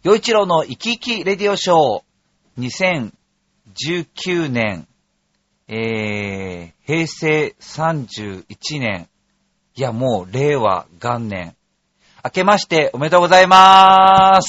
陽一郎の生き生きレディオショー2019年、平成31年、いやもう令和元年、明けましておめでとうございます。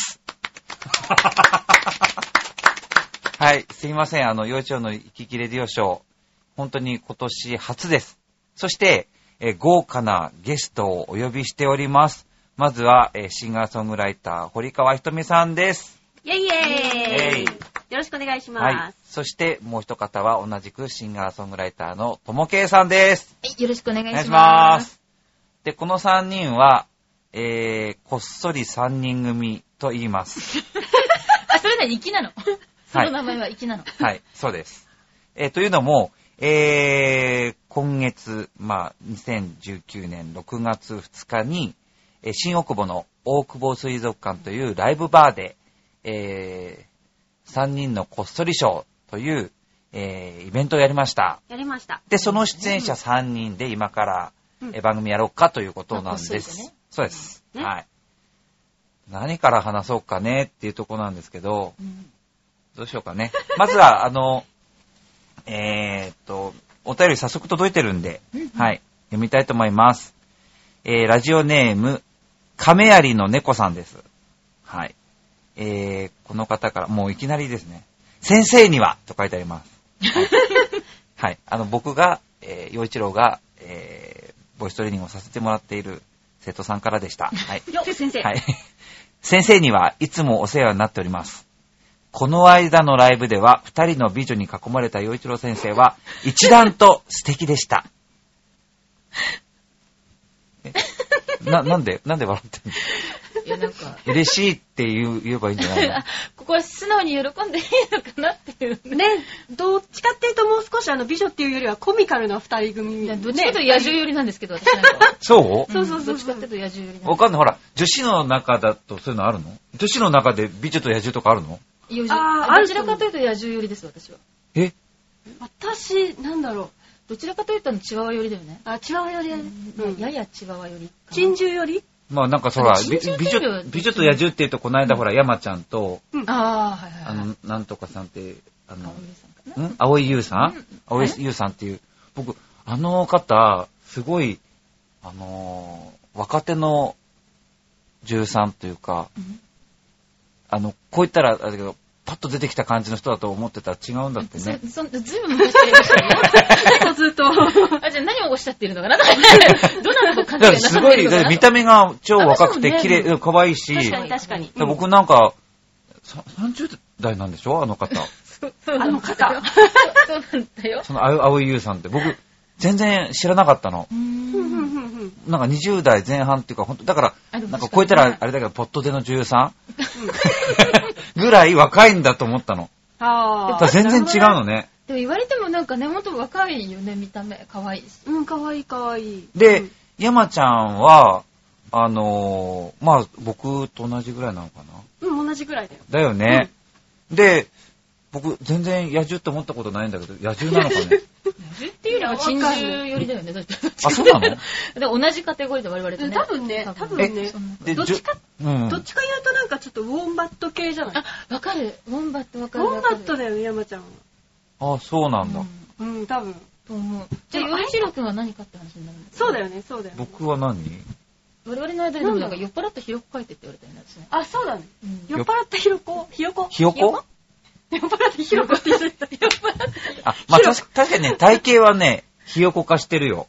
はい、すいません、陽一郎の生き生きレディオショー、本当に今年初です。そして、豪華なゲストをお呼びしております。まずは、シンガーソングライター堀川ひとみさんです。 イェイイェイ、よろしくお願いします。 はい。そしてもう一方は同じくシンガーソングライターのともけいさんです。 はい、よろしくお願いします。 お願いします。で、この3人は、こっそり3人組と言います。 あ、それなに粋なのその名前は粋なの。 はい、そうです。というのも、今月、2019年6月2日に、新大久保の大久保水族館というライブバーで、3人のこっそりショーという、イベントをやりました。 やりました。 で、その出演者3人で今から、番組やろうかということなんです。ね、そうです、ね。はい。何から話そうかねっていうところなんですけど、どうしようかね。まずは、お便り早速届いてるんで、はい、読みたいと思います。ラジオネーム、亀有の猫さんです。はい。この方から、もういきなりですね、先生にはと書いてあります。はい。はい、僕が、陽一郎が、ボイストレーニングをさせてもらっている生徒さんからでした。はい。 先生。 はい。先生にはいつもお世話になっております。この間のライブでは、2人の美女に囲まれた陽一郎先生は、一段と素敵でした。なんで笑ってんの？いや、なんか嬉しいって言えばいいんじゃないの？ ここは素直に喜んでいいのかなっていうね。どっちかっていうともう少し美女っていうよりはコミカルな二人組。 どっちかというと野獣寄りなんですけど、私なんかは。 そう？ そう。 どっちかっていうと野獣寄りなんわかんない。ほら、女子の中だとそういうのあるの？女子の中で美女と野獣とかあるの？ どちらかというと野獣寄りです、私は。 私、なんだろう。 どちらかというとチワワ寄りだよね。 チワワ寄りだね。 ややチワワ寄り。 珍獣寄り？ まあなんかそら、美女と野獣って言うと、この間ほら、山ちゃんと、なんとかさんって、青井優さん青井優さんっていう、僕、あの方、すごい、若手の女優さんというか、こう言ったら、あれだけど、パッと出てきた感じの人だと思ってたら違うんだってね。 ずいぶん昔からいらっしゃるよ。 ずっと。 じゃあ何をおっしゃっているのかなどんなこと感じてるのかな。 すごい、見た目が超若くて綺麗、可愛いし。 確かに。 僕なんか、30代なんでしょあの方。 そうなんだよ。 その青井優さんって。僕、全然知らなかったの。なんか20代前半っていうか、本当だから、なんかこう言ったらあれだけど、ポットでの女優さんぐらい若いんだと思ったの。全然違うのね。 でも言われてもなんかね、もっと若いよね、見た目。可愛いし。 可愛い。 で、山ちゃんは、僕と同じぐらいなのかな？ 同じぐらいだよ。 だよね。で、僕、全然野獣って思ったことないんだけど、野獣なのかね？ 野獣っていうよりは珍獣寄りだよね。 あ、そうなの？ で同じカテゴリーで我々とね。 多分ね。どっちか言うとなんかちょっとウォンバット系じゃない？ わかる。ウォンバットわかる。 ウォンバットだよね、山ちゃんは。 あ、そうなんだ。 多分。 と思う。じゃあ、よりしろくんは何かって話になるんですか？ そうだよね。 僕は何？ 我々の間でもなんか酔っ払ってひよこ書いてって言われたよね、私ね。 あ、そうだね。酔っ払ったひよこ？ ひよこ？ 酔っ払ってひよこって言ってた。 確かにね、体型はね、ひよこ化してるよ。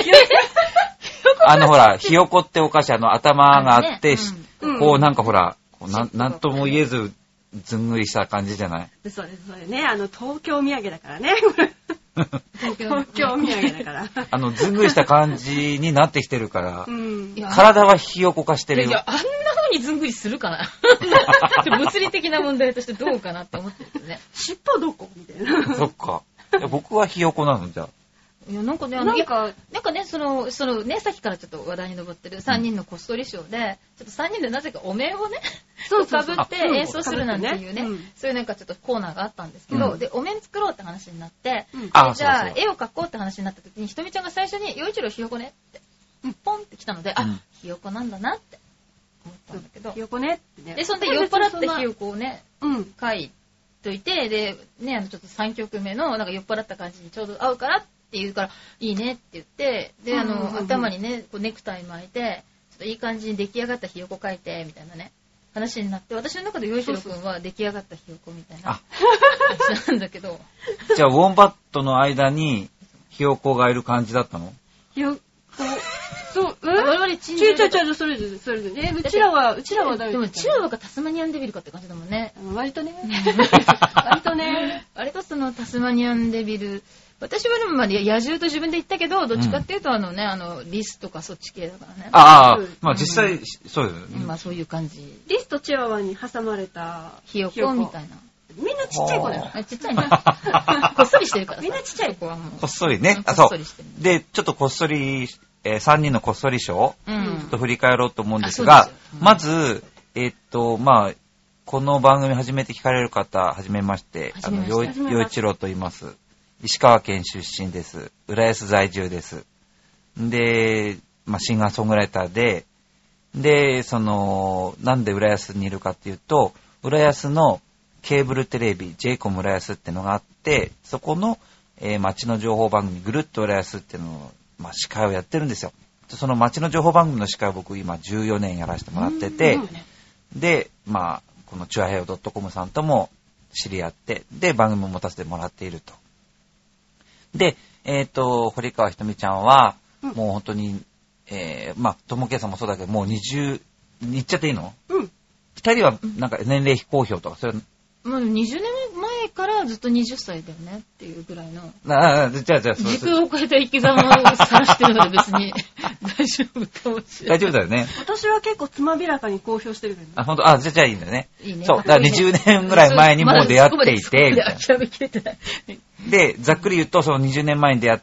ほら、ひよこってお菓子、頭があって、こうなんかほら、なんとも言えず、ずんぐりした感じじゃない？ そうですね。東京土産だからね。東京土産だから。 ずんぐりした感じになってきてるから、体はひよこ化してるよ。 いや、あんな風にずんぐりするかな物理的な問題としてどうかなって思ってるね。 尻尾どこみたいな。 そっか。僕はひよこなのじゃあ。 いや、なんかね、そのね、さっきからちょっと話題に上ってる3人のこっそりショーで、ちょっと3人でなぜかお面をね、かぶって演奏するなんていうね、そういうなんかちょっとコーナーがあったんですけど、で、お面作ろうって話になって、じゃあ絵を描こうって話になった時に、ひとみちゃんが最初に、陽一郎ひよこねって、ポンって来たので、ひよこなんだなって思ったたんだけど。 ひよこねってね。 で、そんで酔っ払ってひよこをね、書いといて、で、ね、ちょっと3曲目の、なんか酔っ払った感じにちょうど合うからって言うから、いいねって言って、で、頭にね、こうネクタイ巻いて、ちょっといい感じに出来上がったひよこ書いて、みたいなね、話になって、私の中で洋一郎くんは出来上がったひよこみたいな話なんだけど。 じゃあ、ウォンバットの間に、ひよこがいる感じだったの？ ひよこ、そう、 我々 チンジャーそれで。うちらは誰でも、チワワかタスマニアンデビルかって感じだもんね。 割とね。 あれこそのタスマニアンデビル。私はでも野獣と自分で言ったけど、どっちかっていうとリスとかそっち系だからね。 まあ実際、そうよね。 まあそういう感じ。 リスとチワワに挟まれたひよこみたいな。 みんなちっちゃい子だよ。 ちっちゃいね。こっそりしてるから。 みんなちっちゃい子はもう。こっそりね。そう。で、ちょっとこっそり、3人のこっそりショー、ちょっと振り返ろうと思うんですが、まず、まあ、この番組初めて聞かれる方、はじめまして、陽一郎と言います。石川県出身です。浦安在住です。で、まあ、シンガーソングライターで、なんで浦安にいるかっていうと、浦安のケーブルテレビ、J コム浦安ってのがあって、そこの、街の情報番組、ぐるっと浦安っていうのを、まあ、司会をやってるんですよ。その街の情報番組の司会を僕今14年やらせてもらってて、で、まあ、このチュアヘヨ .com さんとも知り合って、で、番組を持たせてもらっていると。で、堀川ひとみちゃんは、もう本当に、まあ、ともけいさんもそうだけど、もう言っちゃっていいの？二人はなんか年齢非公表とか、それはまあ、20年前からずっと20歳だよねっていうぐらいの。 じゃあ、 時空を超えた生き様を晒してるので別に大丈夫かもしれない。 大丈夫だよね。 私は結構つまびらかに公表してるけどね。 本当？じゃあいいんだよね。いいね。そう。だから20年ぐらい前にもう出会っていて、みたいな。 諦めきれてない。 で、ざっくり言うと、その20年前に出会って、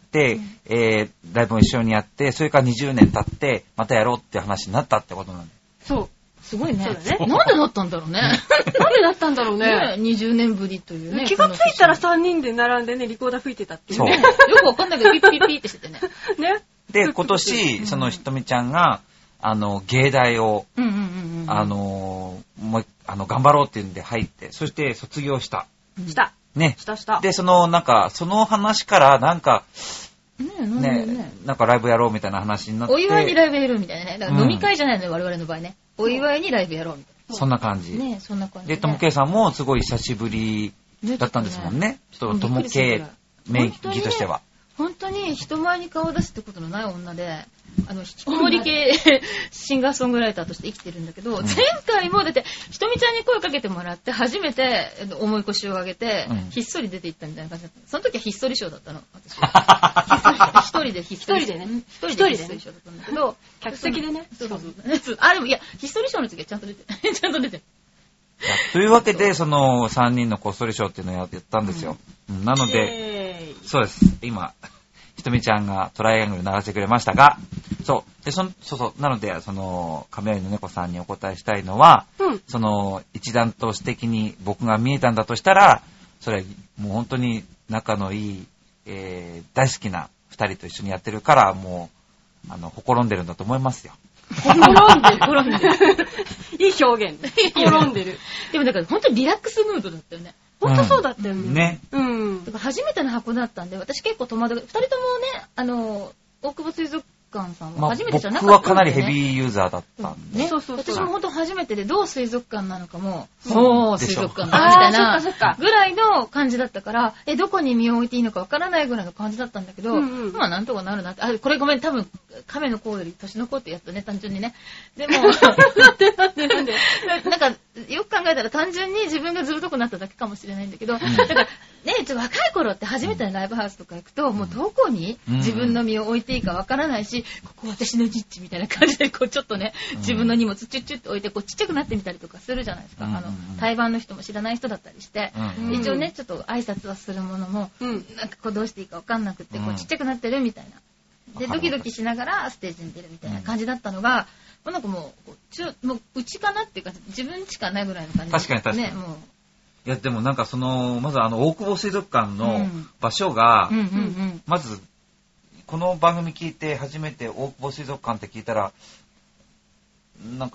ライブも一緒にやって、それから20年経って、またやろうって話になったってことなんだよ。 そう。 すごいね。なんでだったんだろうね。 なんでだったんだろうね。 20年ぶりというね。 気がついたら3人で並んでね、リコーダー吹いてたっていうね。 よくわかんないけど、ピッピッピッってしててね。 ね。 で、今年、そのひとみちゃんが、芸大を、頑張ろうっていうんで入って、そして卒業した。 した。 ね。 した。 で、その話から、なんかライブやろうみたいな話になって。 お祝いにライブやろうみたいなね。だから飲み会じゃないのよ、我々の場合ね。お祝いにライブやろうみたいな。 そんな感じ。 ね、そんな感じ。 で、ともけいさんもすごい久しぶりだったんですもんね。ともけい名義としては。 本当に人前に顔を出すってことのない女で、引きこもり系シンガーソングライターとして生きてるんだけど、前回もだってひとみちゃんに声をかけてもらって初めて重い腰を上げて、ひっそり出て行ったみたいな感じだった。その時はひっそりショーだったの、私は。一人でひっそりショーだったんだけど、 客席でね。 そう。でもいや、ひっそりショーの次はちゃんと出て。 というわけで、その3人のこっそりショーっていうのをやったんですよ。なので、そうです。今、ひとみちゃんがトライアングル流してくれましたが、そう。で、なので、亀有の猫さんにお答えしたいのは、一段と素敵に僕が見えたんだとしたら、それはもう本当に仲のいい、大好きな2人と一緒にやってるから、もう、ほころんでるんだと思いますよ。 ほころんでる。いい表現。ほころんでる。 でもだから本当にリラックスムードだったよね。 本当そうだったよね。 ね。 だから初めての箱だったんで、私結構戸惑う。2人ともね、大久保水族館さんは初めてじゃなかったんで、ね。 僕はかなりヘビーユーザーだったんで。 ね。私も本当初めてで、どう水族館なのかも、水族館だみたいなぐらいの感じだったから、どこに身を置いていいのかわからないぐらいの感じだったんだけど、まあなんとかなるなって。これごめん、多分、亀の甲より年の子ってやつね、単純にね。でも、なんでなんか、よく考えたら単純に自分がずぶとくなっただけかもしれないんだけど、だからね、若い頃って初めてのライブハウスとか行くと、もうどこに自分の身を置いていいかわからないし、ここ私のジッチみたいな感じで、こうちょっとね、自分の荷物チュッチュッと置いて、こうちっちゃくなってみたりとかするじゃないですか。対バンの人も知らない人だったりして、一応ね、ちょっと挨拶はするものも、なんかこうどうしていいかわかんなくって、こうちっちゃくなってるみたいな。で、ドキドキしながらステージに出るみたいな感じだったのが、なんかもううちかなっていうか、自分しかないぐらいの感じ。 確かに。ね、もう。いや、でもなんかまず大久保水族館の場所が、まず、この番組聞いて初めて大久保水族館って聞いたら、なんか、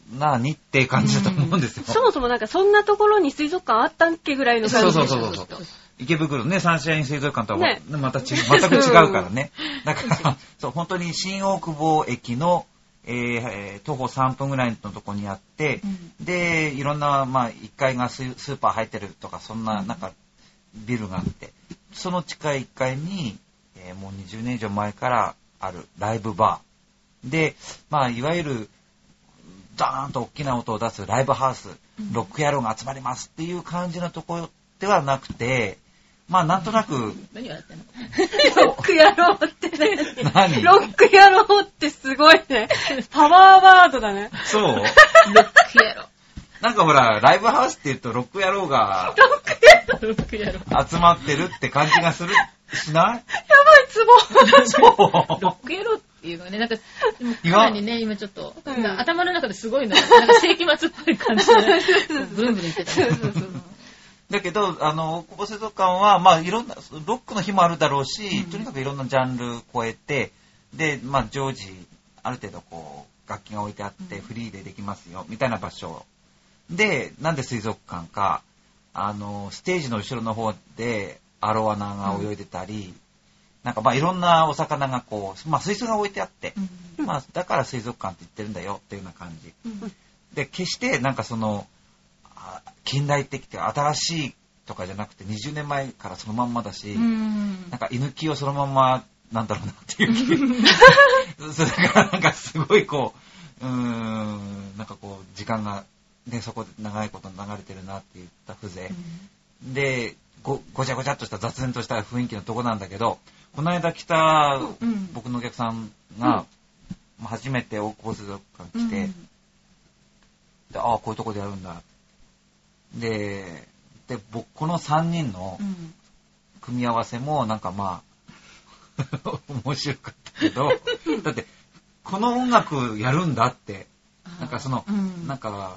何って感じだと思うんですよ。 そもそもなんかそんなところに水族館あったっけぐらいの感じで。 そう。池袋ね、サンシャイン水族館とは、ね、全く違うからね。だからそう本当に新大久保駅の、徒歩3分ぐらいのとこにあって、でいろんな1階がスーパー入ってるとかそんななんかビルがあって、その地下1階に、もう20年以上前からあるライブバーで、いわゆるダーンと大きな音を出すライブハウス、ロック野郎が集まりますっていう感じのところではなくて、なんとなく何をやってんのロック野郎って何ロック野郎ってすごいね。パワーワードだね。 そうロック野郎。 なんかほら、ライブハウスって言うとロック野郎が集まってるって感じがする、しない？やばいツボ。 そう。 ロック野郎っていうのはね、なんか、かなりね、今ちょっと、頭の中ですごいの、なんか世紀末っぽい感じで、ブルンブルン言ってた。 だけど、大久保水族館は、いろんな、ロックの日もあるだろうし、とにかくいろんなジャンル超えて、で、常時、ある程度楽器が置いてあって、フリーでできますよ、みたいな場所。で、なんで水族館か、ステージの後ろの方で、アロワナが泳いでたり、なんかいろんなお魚が水槽が置いてあって、だから水族館って言ってるんだよっていうような感じ。で、決してなんか近代的って新しいとかじゃなくて20年前からそのまんまだし、なんか居抜きをそのまんまなんだろうなっていう気それからなんかすごいなんか時間がね、そこで長いこと流れてるなっていった風情、でごちゃごちゃっとした雑然とした雰囲気のとこなんだけど、この間来た僕のお客さんが、初めて大久保水族館来て、でこういうとこでやるんだでこの3人の組み合わせもなんか面白かったけどだってこの音楽やるんだってなんかなんか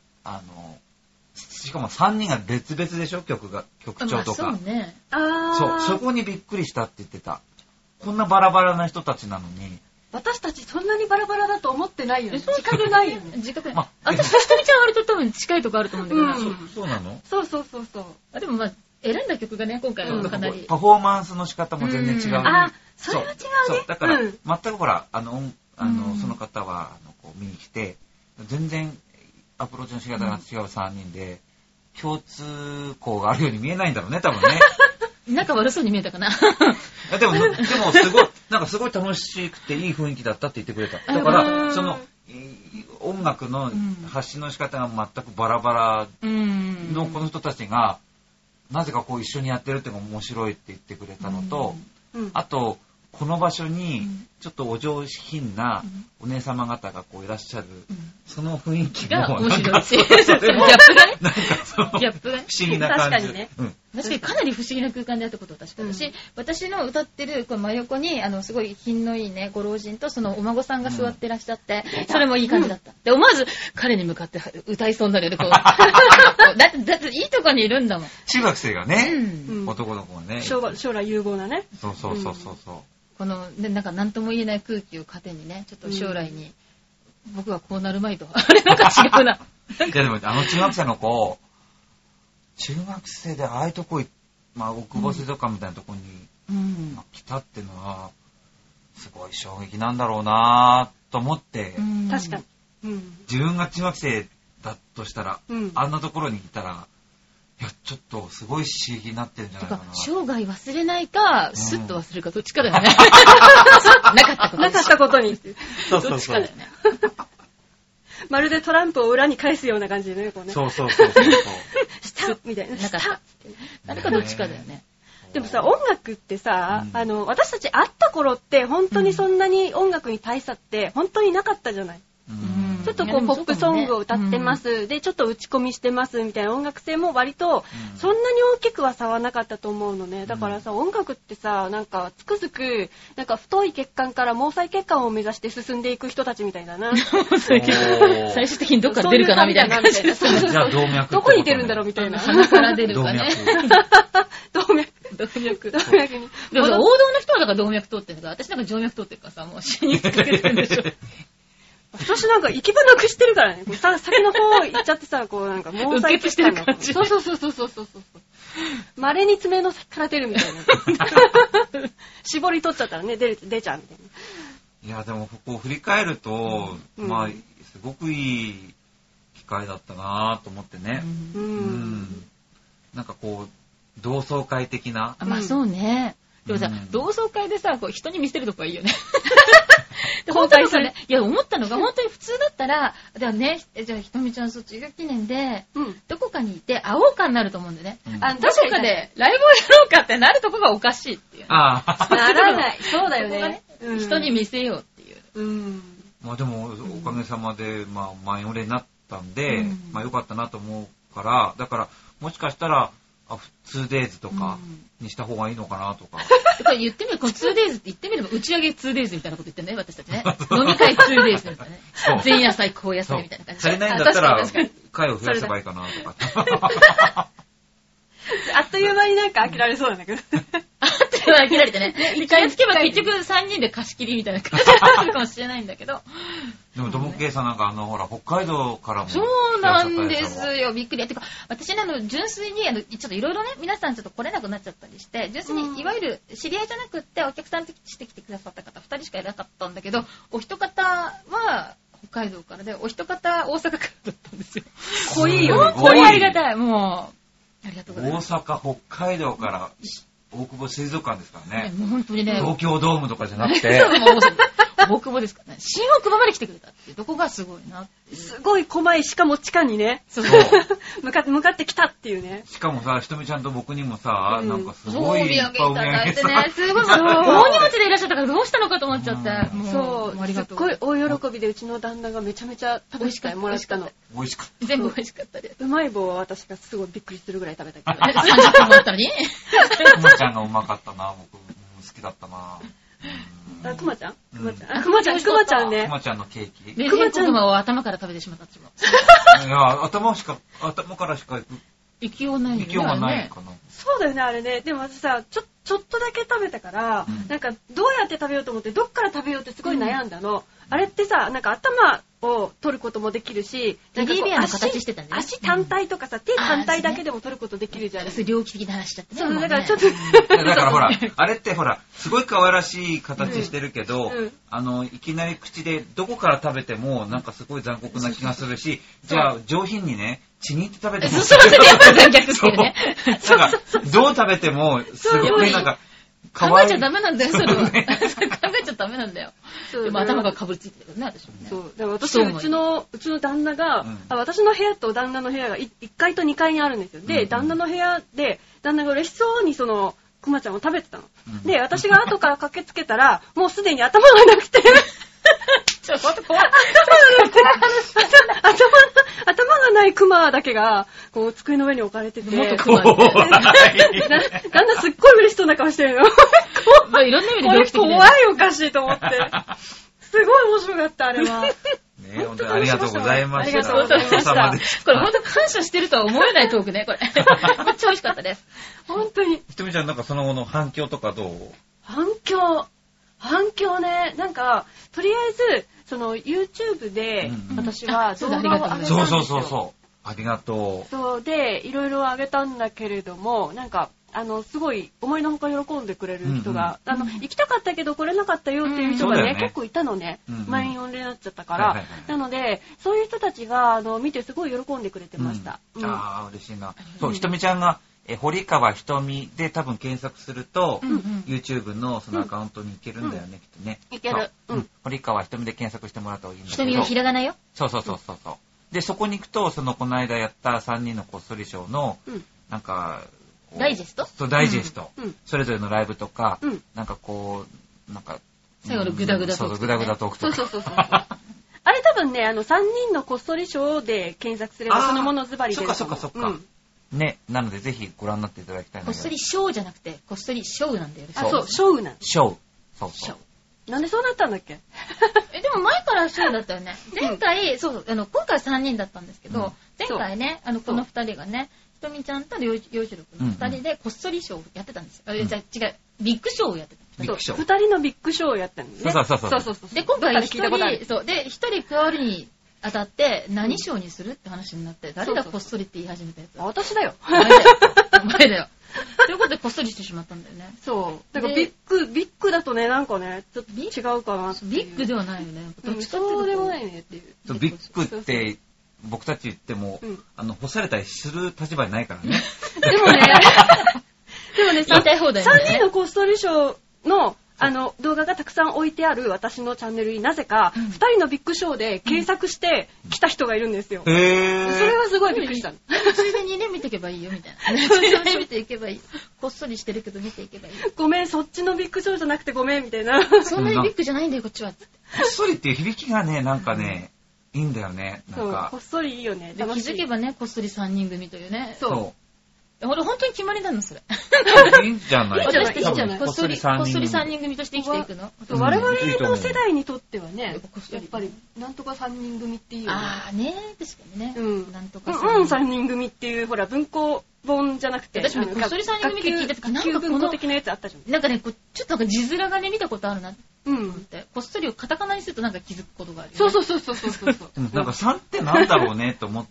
しかも3人が別々でしょ、曲調とか、 そうね、 そこにびっくりしたって言ってた。こんなバラバラな人たちなのに私たちそんなにバラバラだと思ってないよね。自覚ないよね。 自覚ない。私、ひとみちゃんは割と多分近いとこあると思うんだけど。 そうなの？ そう。 でも選んだ曲がね、今回はかなり。 パフォーマンスの仕方も全然違う。 それは違うね。 そうだから、全くほら、その方は、見に来て、全然アプローチの仕方が違う3人で、共通項があるように見えないんだろうね、多分ね。 仲悪そうに見えたかな。 でもすごい楽しくていい雰囲気だったって言ってくれた。だから音楽の発信の仕方が全くバラバラのこの人たちがなぜか一緒にやってるっていうのが面白いって言ってくれたのと、あとこの場所にちょっとお上品なお姉様方がいらっしゃる、その雰囲気も面白いし、ギャップがね、 不思議な感じ。 確かにね。 確かにかなり不思議な空間であったことは確かだし、私の歌ってる真横にすごい品のいいねご老人とそのお孫さんが座ってらっしゃって、それもいい感じだった。で思わず彼に向かって歌いそうになるよね。だっていいとこにいるんだもん。 中学生がね、男の子がね、 将来有望なね。 そう。 このなんか何とも言えない空気を糧にね、ちょっと将来に僕はこうなるまいとあれなんか違うな。 いやでも中学生の子、中学生でああいうとこ大久保水族館みたいなとこに来たっていうのはすごい衝撃なんだろうなと思って。 確かに。 自分が中学生だとしたら、あんなところにいたら。いやちょっとすごい刺激になってるんじゃないかな。 生涯忘れないか、スッと忘れるかどっちかだよね。なかったことに。 そう。 どっちかだよね。 まるでトランプを裏に返すような感じでね、 そう。 したみたいな。 なかった。誰かどっちかだよね。 でもさ、音楽ってさ、私たち会った頃って本当にそんなに音楽に大差って本当になかったじゃない。ちょっとポップソングを歌ってます、でちょっと打ち込みしてますみたいな音楽性も割とそんなに大きくは差はなかったと思うのね。だからさ、音楽ってさ、なんかつくづくなんか太い血管から毛細血管を目指して進んでいく人たちみたいだな。 最終的にどっから出るかなみたいな感じで。 じゃあ動脈どこに出るんだろうみたいな。 鼻から出るかね。 動脈に。 でも王道の人はだから動脈通ってるから、私なんか静脈通ってるからさ、もう死にかけてるんでしょ。 私なんか行き場なくしてるからね。先の方行っちゃってさ、こうなんかもう受けしてる感じ。 そう。稀に爪の先から出るみたいな。絞り取っちゃったらね、出ちゃうみたいな。いや、でもここを振り返ると、まあ、すごくいい機会だったなと思ってね。なんかこう、同窓会的な。 まあそうね。でもさ、同窓会でさ、こう人に見せるとこはいいよね。本当にさね、いや、思ったのが、本当に普通だったら、じゃあね、じゃあひとみちゃん中学記念で、どこかにいて会おうかになると思うんだよね。どこかでライブをやろうかってなるとこがおかしいっていう。 ならない。そうだよね。 人に見せようっていう。 まあでも、おかげさまで、まあ、前売れになったんで、まあ良かったなと思うから、だから、もしかしたら、2days とかにした方がいいのかなとか。 言ってみる、この 2days って言ってみれば、打ち上げ 2days みたいなこと言ってんね、私たちね。飲み会 2days みたいなね。前夜祭、後夜祭みたいな感じ。 足りないんだったら、会を増やせばいいかなとか。 あっという間になんか飽きられそうなんだけど。 あっという間に飽きられてね。気がつけば結局3人で貸し切りみたいな感じになるかもしれないんだけど。 でも、ともけいさんなんかほら、北海道からも。 そうなんですよ。びっくり。てか、私純粋に、ちょっといろいろね、皆さんちょっと来れなくなっちゃったりして、純粋に、いわゆる知り合いじゃなくって、お客さんとして来てくださった方、2人しかいなかったんだけど、お一方は、北海道からで、お一方、大阪からだったんですよ。 濃いよ。 濃いありがたい。もう、ありがとうございます。 大阪、北海道から、大久保水族館ですからね。 もう本当にね。 東京ドームとかじゃなくて。 大久保ですからね。新大久保まで来てくれたっていうとこがすごいな。 すごい細い、しかも地下にね。 そう。 向かってきたっていうね。 しかもさ、ひとみちゃんと僕にもさ、なんかすごいいっぱいお土産いただいてね。すごい。大荷物でいらっしゃったからどうしたのかと思っちゃって。 そう。すっごい大喜びでうちの旦那がめちゃめちゃ食べてもらったの。 美味しかった。 全部美味しかったです。 うまい棒は私がすごいびっくりするぐらい食べたけど。 30分もあったのに。 くまちゃんがうまかったな、僕好きだったな。 くまちゃんね。くまちゃんのケーキ。 くまちゃんを頭から食べてしまったっていや、頭からしか行きようないよね。 行きようがないかな。 そうだよね、あれね。でも私さ、ちょっとだけ食べたから、なんかどうやって食べようと思って、どっから食べようってすごい悩んだの。あれってさ、なんか頭を取ることもできるし、 テディベアの形してたね。 足単体とかさ、手単体だけでも取ることできるじゃん。 それ猟奇的な話だってね。 そう、だからちょっと。 だからほら、あれってほら、すごい可愛らしい形してるけど、いきなり口でどこから食べてもなんかすごい残酷な気がするし、じゃあ上品にね、血に入って食べてもそう残虐っていうね。 なんか、どう食べても、すごいなんか、 考えちゃダメなんだよ、それは。考えちゃダメなんだよ。でも頭がかぶりついてるね、私もね。 そう。だから私、うちの旦那が、私の部屋と旦那の部屋が1階と2階にあるんですよ。で、旦那の部屋で、旦那が嬉しそうにくまちゃんを食べてたの。で、私が後から駆けつけたら、もうすでに頭がなくて、 ちょっと待って、怖い。 頭がないクマだけが、こう、机の上に置かれてて。 もっとクマみたいな。 だんだんすっごい嬉しそうな顔してるの。 いろんな意味で猟奇的で。怖いおかしいと思って。すごい面白かった、あれは。 ね、本当にありがとうございました。 ありがとうございました。 これ本当感謝してるとは思えないトークね、これ。めっちゃ美味しかったです。 本当に。 ひとみちゃん、なんかその後の反響とかどう？ 反響ね、なんか、とりあえず、YouTube で、私は動画を上げたんですよ。 そう。ありがとう。 そうで、いろいろ上げたんだけれども、なんか、すごい思いのほか喜んでくれる人が、行きたかったけど来れなかったよっていう人がね、結構いたのね。満員御礼になっちゃったから。なので、そういう人たちが、見てすごい喜んでくれてました。 ああ、嬉しいな。そう、ひとみちゃんが、堀川ひとみで多分検索すると、YouTube のそのアカウントに行けるんだよね、きっとね。 いける。 堀川ひとみで検索してもらった方がいいんだけど。 ひとみはひらがなよ。 そう。で、そこに行くと、この間やった3人のこっそりショーの、なんか、 ダイジェスト？ そう、ダイジェスト。それぞれのライブとか、なんかこう、なんか、 最後のグダグダトーク。 そう、グダグダトークとか。 そう。あれ多分ね、3人のこっそりショーで検索すればそのものズバリ出る。 そっか。ね、なのでぜひご覧になっていただきたいな。 こっそりショーじゃなくて、こっそりショーなんだよね。 そう、ショーなん。 ショー。そう。 なんでそうなったんだっけ？ でも前からショーだったよね。前回、今回3人だったんですけど、前回ね、この2人がね、ひとみちゃんと洋次郎くんの2人でこっそりショーをやってたんですよ。じゃ違う、ビッグショーをやってた。 ビッグショー。 2人のビッグショーをやったんですね。 そう。 で、今回一人加わるに当たって何ショーにするって話になって、誰がこっそりって言い始めたやつ。 私だよ。 お前だよ。ということでこっそりしてしまったんだよね。 そう。だからビッグだとね、なんかね、ちょっと違うかなっていう。 ビッグではないよね。 どっちかってそうでもないねっていう。 ビッグって僕たち言っても、干されたりする立場にないからね。 でもね、 言いたい放題ね。 3人のこっそりショーの動画がたくさん置いてある私のチャンネルになぜか、2人のビッグショーで検索して来た人がいるんですよ。それはすごいびっくりしたの。 ついでにね、見ていけばいいよみたいな。ついでに見ていけばいい。こっそりしてるけど見ていけばいい。 ごめん、そっちのビッグショーじゃなくてごめんみたいな。 そんなにビッグじゃないんだよ、こっちは。こっそりっていう響きがね、なんかね、いいんだよね。なんかこっそりいいよね。 気づけばね、こっそり3人組というね。 そう。 俺本当に決まりなのそれ。 いいんじゃない？ いいんじゃない？ こっそり3人組として生きていくの。 我々の世代にとってはね、やっぱりなんとか3人組っていうよね。 ああね、確かにね。なんとか 3人組っていうほら文庫本じゃなくて、 私もこっそり3人組って聞いた時なんか文庫的なやつあったじゃん。 なんかね、ちょっとなんか字面がね見たことあるなって思って、こっそりをカタカナにするとなんか気づくことがある。 そう。 でもなんか3ってなんだろうねと思って、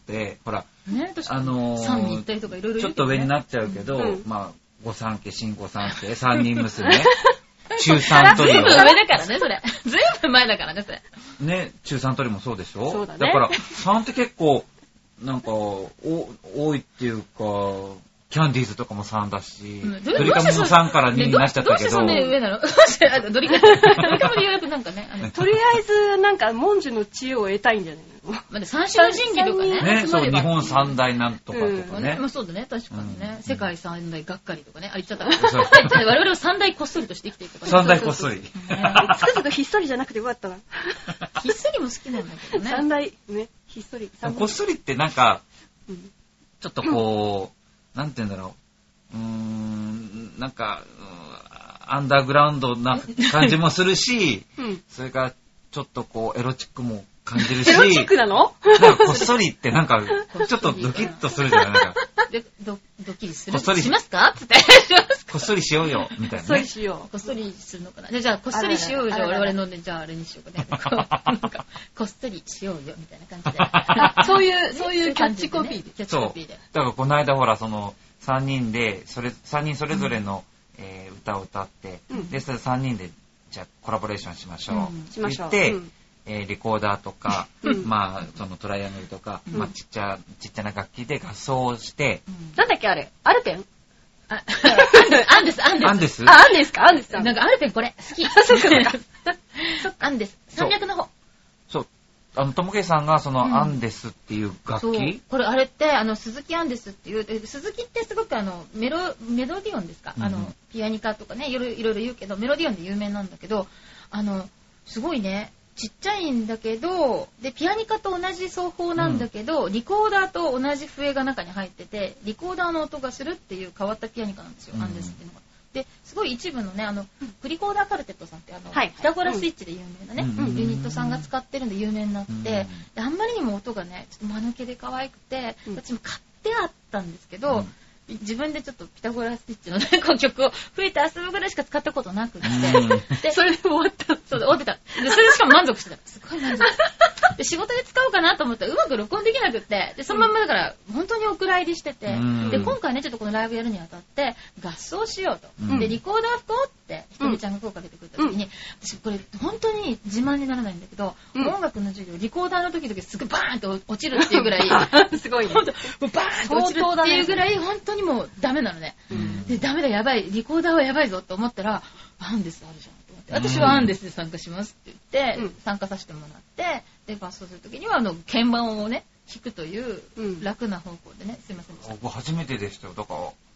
ほら。 ね、3に行ったりとかいろいろちょっと上になっちゃうけど、まあ、御三家、新御三家、3人娘、中3トリオ。 ずいぶん上だからね、それ。ずいぶん前だからね、それ。 ね、中3トリオもそうでしょ？ そうだね。 だから、3って結構、なんか、多いっていうか、キャンディーズとかも3だし、ドリカムも3から2になっちゃったけど。どうしてそんな上なの？ドリカムでようやくなんかね。 とりあえず、なんか、文殊の知恵を得たいんじゃないの？ 三種の神器とかね。 そう、日本三大なんとかとかね。 まあそうだね、確かにね。世界三大がっかりとかね。あ、言っちゃった。我々は三大こっそりとして生きていくから。 三大こっそり。 つくづくひっそりじゃなくてよかったな。 ひっそりも好きなんだけどね。 三大、ね、ひっそり。 こっそりってなんか、ちょっとこう、なんて言うんだろう。なんか、アンダーグラウンドな感じもするし、それからちょっとこう、エロチックも感じるし。 エロチックなの？ なんかこっそりってなんか、ちょっとドキッとするじゃないですか。 ドキリする？ こっそりしますか？つって。 こっそりしようよ、みたいなね。 こっそりしよう。 こっそりするのかな。じゃあ、こっそりしようよ。じゃあ、我々のね、じゃあ、あれにしようかね。こっそりしようよ、みたいな感じで。 そういうキャッチコピーで。 キャッチコピーで。 だからこの間ほら、3人で、3人それぞれの歌を歌って、で、それ3人で、じゃあコラボレーションしましょう。 しましょう。 で、レコーダーとか、まあ、トライアングルとか、まあ、ちっちゃな楽器で合奏をして。 なんだっけあれ？アルペン？ アンです。 アンですか？ なんかアルペンこれ、好き。アンです。300の方。 そう。ともけいさんがアンデスっていう楽器？ これあれって、鈴木アンデスっていう、鈴木ってすごくメロディオンですか？ピアニカとかね、いろいろ言うけど、メロディオンで有名なんだけど、すごいね、ちっちゃいんだけど、で、ピアニカと同じ奏法なんだけど、リコーダーと同じ笛が中に入ってて、リコーダーの音がするっていう変わったピアニカなんですよ、アンデスっていうのが。で、すごい一部のね、プリコーダーカルテットさんってピタゴラスイッチで有名なね、ユニットさんが使ってるんで有名になって、であんまりにも音がね、ちょっと間抜けで可愛くて、私も買ってあったんですけど、自分でちょっとピタゴラスイッチのね、曲を吹いて遊ぶぐらいしか使ったことなくって、 でそれで終わった。 そう、終わってた。で、それでしかも満足してた。すごい満足。で、仕事で使おうかなと思ったらうまく録音できなくって、で、そのまんまだから本当にお蔵入りしてて、で、今回ね、ちょっとこのライブやるにあたって合奏しようと。で、リコーダー吹こうってひとりちゃんが声をかけてくれた時に、私これ本当に自慢にならないんだけど、音楽の授業、リコーダーの時々すぐバーンと落ちるっていうぐらい、 すごいね。 もうバーンと落ちるっていうぐらい本当にもうダメなのね。で、ダメだ、やばい、リコーダーはやばいぞと思ったら、アンデスあるじゃんと思って、私はアンデスで参加しますって言って、参加させてもらって、で、合奏するときには鍵盤をね、弾くという楽な方向でね、すいませんでした。 僕初めてでしたよ。だから。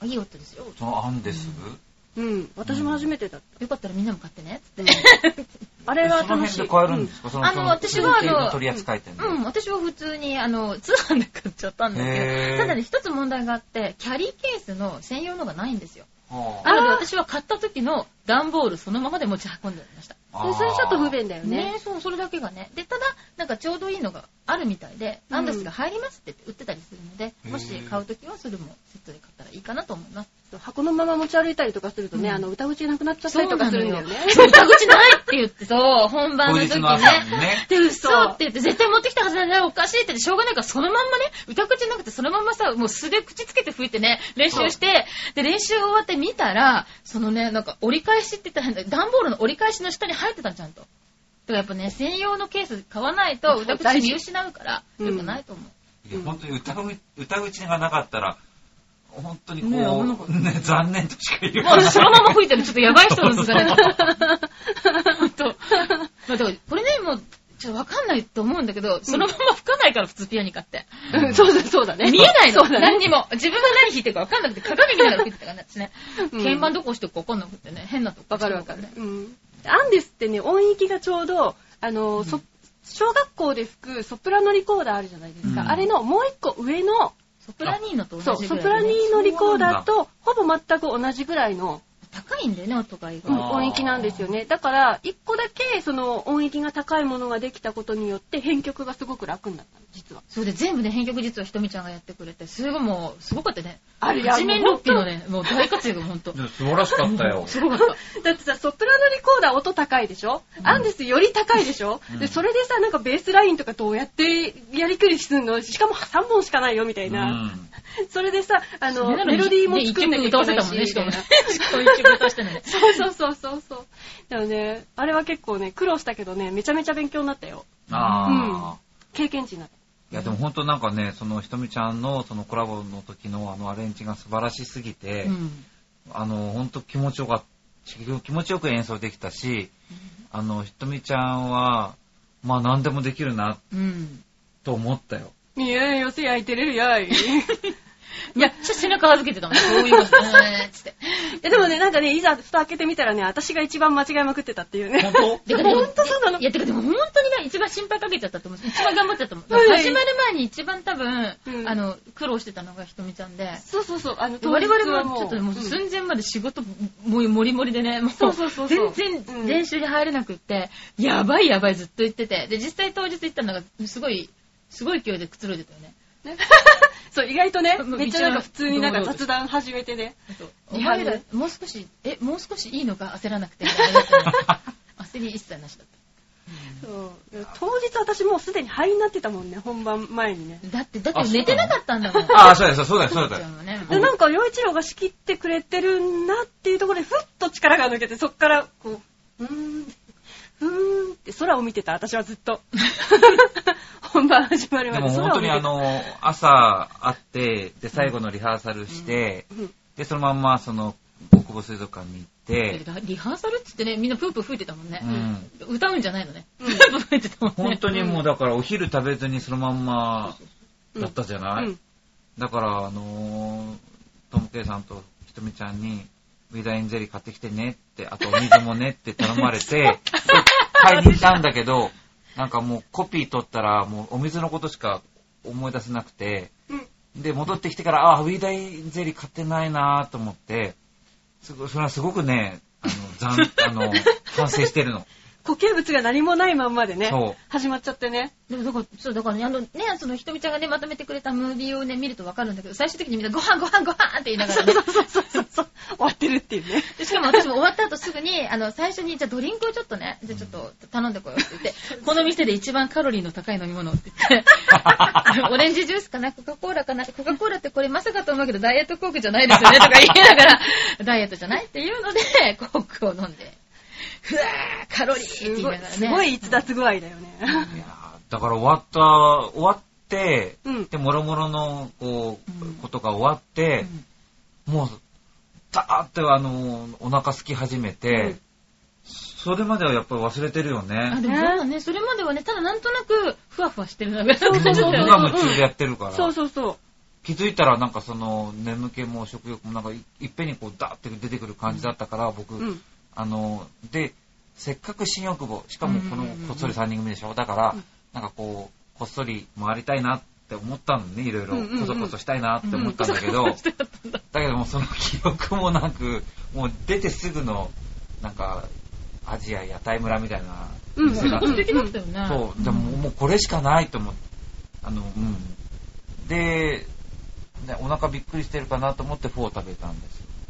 いい音ですよ。 そのアンデス？ 私も初めてだった。 よかったらみんなも買ってね、つって。 あれは楽しい。 その辺で買えるんですか？ 私は取り扱い店で。 私は普通に通販で買っちゃったんだけど、ただね、一つ問題があって、キャリーケースの専用のがないんですよ。なので私は買った時の段ボールそのままで持ち運んでました。 それちょっと不便だよね。 そう、それだけがね。で、ただ、なんかちょうどいいのがあるみたいで、アンデスが入りますって売ってたりするので、もし買う時はそれもセットで買ったらいいかなと思います。 箱のまま持ち歩いたりとかするとね、歌口なくなっちゃったりとかするんだよね。 歌口ないって言ってそう、本番の時ね。で、嘘って言って、絶対持ってきたはずなんだよ、おかしいって言って、しょうがないから、そのまんまね、歌口なくて、そのまんまさ、もう素で口つけて吹いてね、練習して、で、練習終わって見たら、そのね、なんか折り返しって言ったら変だ、段ボールの折り返しの下に入ってたんちゃんと。だからやっぱね、専用のケース買わないと、歌口見失うから、よくないと思う。 いや、本当に歌口がなかったら、本当にこう、ね、残念としか言えない。 もうそのまま吹いてる、ちょっとやばい人の図がね。本当。だからこれね、もう、ちょっとわかんないと思うんだけど、そのまま吹かないから、普通ピアニカって。 そうだね。 見えないの。何にも。自分が何弾いてるかわかんなくて、鏡見ながら吹いてたからね、私ね。鍵盤どこ押してるかわかんなくてね、変なとこ。 わかる。アンデスってね、音域がちょうど、小学校で吹くソプラノリコーダーあるじゃないですか。あれのもう一個上の、 ソプラニーノと同じぐらい。 そう、ソプラニーノリコーダーとほぼ全く同じぐらいの高いんだよね、音が。 音域なんですよね。だから、一個だけその音域が高いものができたことによって編曲がすごく楽になったの、実は。 そうで、全部ね、編曲実はひとみちゃんがやってくれて、すごいもう、すごかったね。 あれ、 一面六期のね、もう大活躍、ほんと。 素晴らしかったよ。 すごかった。 だってさ、ソプラノリコーダー音高いでしょ、アンデスより高いでしょ、で、それでさ、なんかベースラインとかどうやってやりくりするの、しかも3本しかないよ、みたいな。それでさ、メロディーも作んなきゃいけないし。 一曲歌わせたもんね、しかもね。一曲歌わせたね。 そう。でもね、あれは結構ね、苦労したけどね、めちゃめちゃ勉強になったよ。経験値になった。 いや、でも本当なんかね、そのひとみちゃんのそのコラボの時のアレンジが素晴らしすぎて、本当気持ちよく演奏できたし、ひとみちゃんは、まあ何でもできるな、と思ったよ。 いや、寄せ焼いてれるやい。 いや、背中預けてたもん。そういうことね。つって。 でもね、なんかね、いざ蓋開けてみたらね、私が一番間違いまくってたっていうね。 本当？ 本当そうなの。 いや、てかでも本当にね、一番心配かけちゃったと思う。一番頑張っちゃったもん。始まる前に一番多分、苦労してたのがひとみちゃんで。 そう。 我々もちょっともう寸前まで仕事、もうモリモリでね、もう全然練習に入れなくって、やばいずっと言ってて。で、実際当日行ったのが、すごい勢いでくつろいでたよね。 そう、意外とね、めっちゃなんか普通になんか雑談始めてね。 お前ら、もう少しいいのか焦らなくて。焦り一切なしだった。 そう。当日私もうすでに灰になってたもんね、本番前にね。 だって寝てなかったんだもん。 そうだよ。 で、なんか、陽一郎が仕切ってくれてるなっていうところで、ふっと力が抜けて、そっから、こう、って空を見てた、私はずっと。本番始まるまで。 でも本当に朝会って、で、最後のリハーサルして、で、そのまんま、大久保水族館に行って、 リハーサルって言ってね、みんなプープー吹いてたもんね。歌うんじゃないのね。プープー吹いてたもんね。 本当にもうだからお昼食べずにそのまんまだったじゃない？だから、トムケイさんとひとみちゃんに、ウィダインゼリー買ってきてねって、あとお水もねって頼まれて、買いに行ったんだけど、なんかもうコピー取ったらもうお水のことしか思い出せなくて、で戻ってきてからウィダインゼリー買ってないなと思って、それはすごくね反省してるの。 固形物が何もないまんまでね、始まっちゃってね。 でもだからね、ひとみちゃんがね、まとめてくれたムービーをね、見るとわかるんだけど、最終的にみんなご飯って言いながらね。 そう。終わってるっていうね。 でしかも私も終わった後すぐに、最初に、じゃあドリンクをちょっとね、じゃあちょっと頼んでこようって言って、この店で一番カロリーの高い飲み物って言って、オレンジジュースかな、コカ・コーラかな、コカ・コーラってこれまさかと思うけどダイエットコークじゃないですよねとか言いながら、ダイエットじゃないっていうので、コークを飲んで。ふわーカロリーって言いながらね。 すごい逸脱具合だよね。いやだから終わって、で、もろもろの、ことが終わって、もう、ダーってお腹空き始めて、それまではやっぱり忘れてるよね。 でもね、それまではね、ただなんとなく、ふわふわしてるな、 無我夢中でやってるから。 そう。 気づいたらなんか眠気も食欲もなんかいっぺんにダーって出てくる感じだったから、僕、で、せっかく新大久保、しかもこのこっそり3人組でしょ。だから、なんかこっそり回りたいなって思ったのね、いろいろ。こそこそしたいなって思ったんだけど、だけどもその記憶もなく、もう出てすぐの、なんか、アジア屋台村みたいな店があって。 素敵だったよね。 そう、でももうこれしかないと思って、で、お腹びっくりしてるかなと思ってフォー食べたんですよ。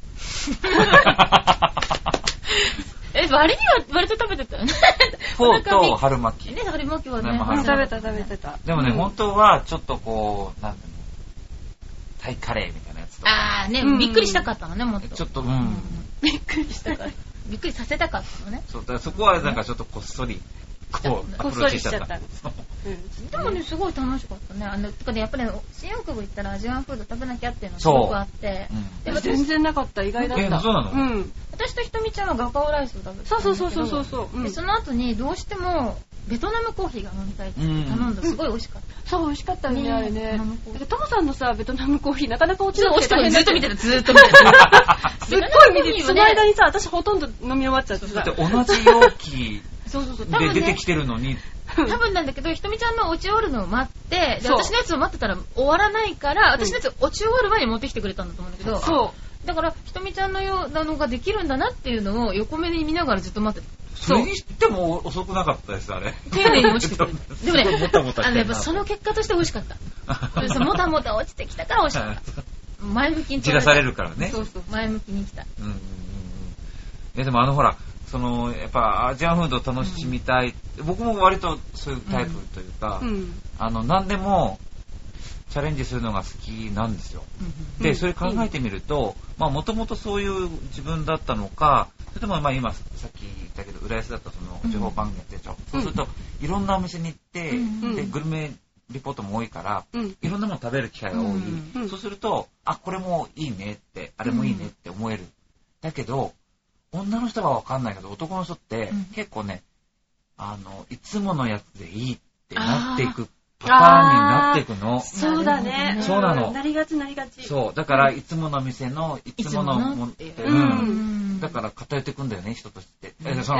割には割と食べてたよね。 フォーと春巻き。 ね、春巻きはね。 食べた。 でもね、本当はちょっとこう、なんていうの、タイカレーみたいなやつとか。 びっくりしたかったのね、もっと。 ちょっと、 びっくりしたから。びっくりさせたかったのね。 そう、だからそこはなんかちょっとこっそり、こう、アプローチしちゃった。 でもね、すごい楽しかったね。てかね、やっぱり新大久保行ったらアジアンフード食べなきゃっていうのがすごくあって。 でも全然なかった、意外だった。 そうなの？ 私とひとみちゃんはガパオライスを食べてたんだけど。そう。その後にどうしてもベトナムコーヒーが飲みたいって頼んだ。すごい美味しかった。 そう、美味しかったよね、あれね。タモさんのさ、ベトナムコーヒーなかなか落ちなくてずっと見てた。すっごい見てて、その間にさ、私ほとんど飲み終わっちゃってさ。 同じ容器で出てきてるのに。 多分なんだけど、ひとみちゃんの落ち終わるのを待って、で私のやつを待ってたら終わらないから、私のやつ落ち終わる前に持ってきてくれたんだと思うんだけど、そう。だから、ひとみちゃんのようなのができるんだなっていうのを横目に見ながらずっと待ってた。 それにしても遅くなかったです、あれ。 丁寧に落ちてくれた。でもね、やっぱその結果として美味しかった。もたもた落ちてきたから美味しかった。前向きに散らされるからね。 そう、前向きに来た。 でもやっぱアジアンフードを楽しみたい。僕も割とそういうタイプというか、何でもチャレンジするのが好きなんですよ。で、それ考えてみると、もともとそういう自分だったのか、それとも今さっき言ったけど、浦安だったその情報番組やってるでしょ。そうすると、いろんなお店に行って、で、グルメリポートも多いから、いろんなもの食べる機会が多い。そうすると、これもいいねって、あれもいいねって思える。だけど、女の人はわかんないけど、男の人って結構ね、いつものやつでいいってなっていくパターンになっていくの。 そうだね。 そうなの。 なりがち。 そう。だから、いつもの店の、いつものもって、だから偏っていくんだよね、人として。 人として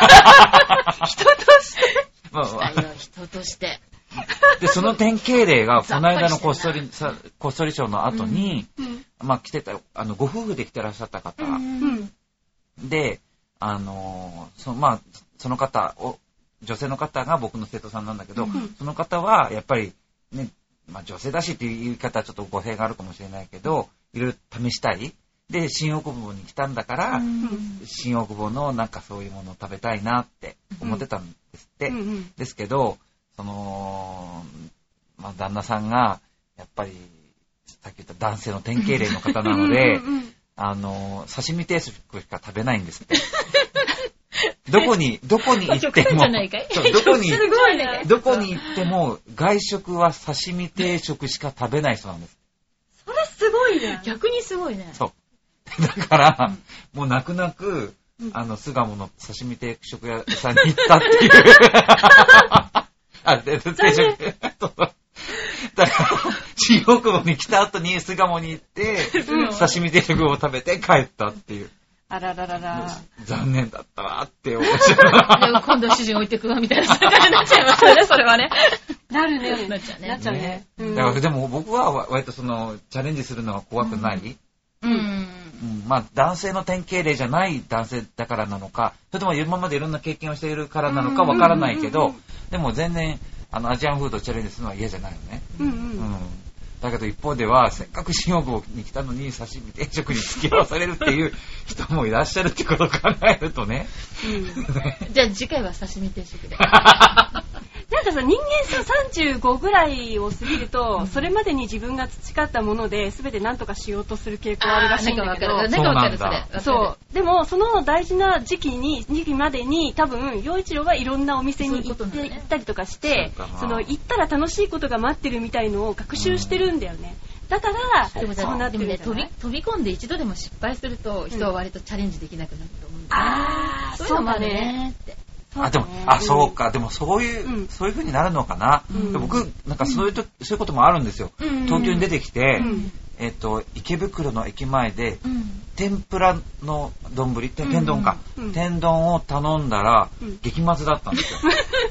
人として。 で、その典型例が、この間のこっそりショーの後に、来てた、ご夫婦で来てらっしゃった方。で、その方女性の方が僕の生徒さんなんだけど、その方はやっぱりね、女性だしっていう言い方はちょっと語弊があるかもしれないけど、いろいろ試したい。で、新大久保に来たんだから、新大久保のなんかそういうものを食べたいなって思ってたんですって。ですけど、旦那さんが、やっぱり、さっき言った男性の典型例の方なので、刺身定食しか食べないんですって。どこに行っても、どこに行っても、外食は刺身定食しか食べない人なんです。 それすごいね。 逆にすごいね。 そう。だから、もう泣く泣く、巣鴨の刺身定食屋さんに行ったっていう。定食。だから、新大久保に来た後に巣鴨に行って、刺身定食を食べて帰ったっていう。 あらららら。 残念だったわって思っちゃう。今度は主人置いてくわみたいな感じになっちゃいますよね、それはね。 なるね。 なっちゃうね。 なっちゃうね。 だからでも僕は割とチャレンジするのは怖くない。男性の典型例じゃない男性だからなのか、それとも今までいろんな経験をしているからなのかわからないけど、でも全然、アジアンフードをチャレンジするのは嫌じゃないよね。だけど一方では、せっかく新大久保に来たのに刺身定食に付き合わされるっていう人もいらっしゃるってことを考えるとね。 じゃあ次回は刺身定食で。 なんかさ、人間さ35ぐらいを過ぎると、それまでに自分が培ったもので全て何とかしようとする傾向あるらしいんだけど。 なんかわかるそれ。 そう。でもその大事な時期までに多分陽一郎はいろんんなお店に行ったりとかして、行ったら楽しいことが待ってるみたいのを学習してるんだよね。だからそうなってるんじゃない？ 飛び込んで一度でも失敗すると人は割とチャレンジできなくなると思うんだ。そういうのもあるねって。 でもそうか、でもそういう風になるのかな。僕なんかそういうこともあるんですよ。東京に出てきて、池袋の駅前で天ぷらの丼、天丼か、天丼を頼んだら激まずだったんですよ。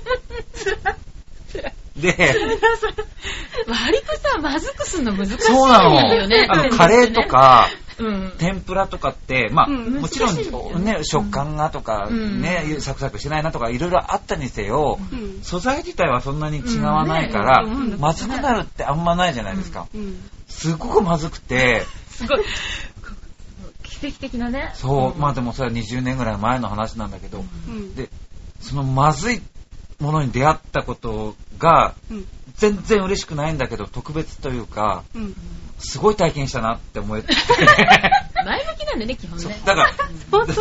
で、 割とさ、まずくすんの難しいそうなよね。 カレーとか、天ぷらとかって、もちろんね、食感がとか、ね、サクサクしてないなとか、いろいろあったにせよ、素材自体はそんなに違わないから、まずくなるってあんまないじゃないですか。すごくまずくて、 すごい。 奇跡的なね。 そう、まあでもそれは20年ぐらい前の話なんだけど、で、そのまずいものに出会ったことが、全然嬉しくないんだけど、特別というか、すごい体験したなって思えて。 前向きなんだね、基本ね。 だから、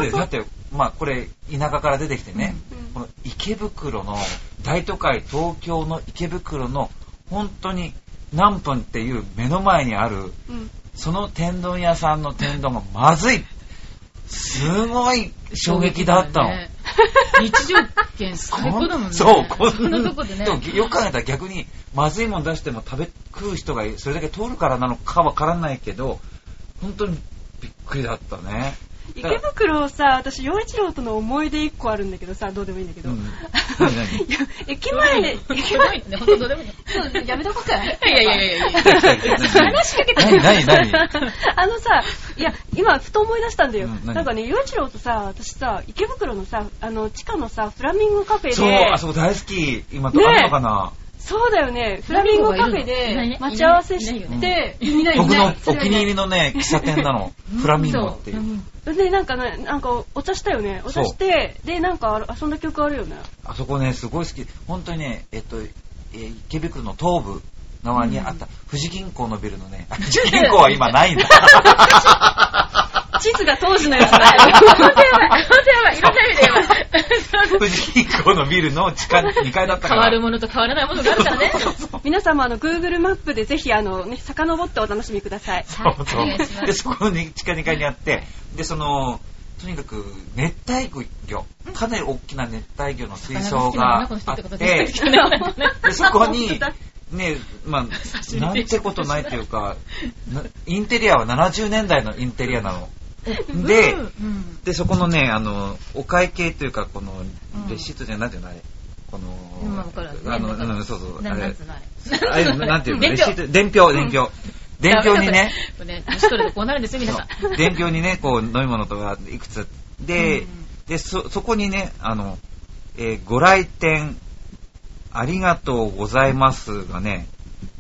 だって、まあこれ、田舎から出てきてね、この池袋の、大都会、東京の池袋の、本当に何分っていう目の前にある、その天丼屋さんの天丼がまずい。すごい衝撃だったの。 日常圏最高だもんね。 そう、こんなとこでね。 でもよく考えたら逆にまずいもん出しても食う人がそれだけ通るからなのかわからないけど、本当にびっくりだったね。 池袋さ、私陽一郎との思い出1個あるんだけどさ、どうでもいいんだけど、駅前で本当どうでもいいそうやめとこうか。 いや話しかけて何さ、いや今ふと思い出したんだよ。なんかね、陽一郎とさ、私さ、池袋のさ、地下のさフラミンゴカフェで、 そう、あそこ大好き。今どうあるのかな。 そうだよね。フラミンゴカフェで待ち合わせして、 僕のお気に入りのね、喫茶店なの。フラミンゴっていう。 で、なんかお茶したよね。お茶して、で、なんか遊んだ曲あるよね。 あそこね、すごい好き。本当にね、池袋の東部側にあった富士銀行のビルのね、富士銀行は今ないんだ。 地図が当時のやつだよ。 本当やばい。いろんな意味でやばい。 富士銀行のビルの地下2階だったから。 変わるものと変わらないものがあるからね。 皆様Google マップでぜひ遡ってお楽しみください。 そうで、そこに地下2階にあって、で、とにかく熱帯魚、かなり大きな熱帯魚の水槽があって、で、そこに、ね、まあ、なんてことないというか、インテリアは70年代のインテリアなの。で、そこのね、お会計というか、この、レシートじゃなんていうのあれ、この、そうそう、あれ、なんていうの、レシート、伝票にね、 こうなるんですよ、皆さん。伝票にね、こう、飲み物とかいくつ、で、そこにね、ご来店、ありがとうございますがね、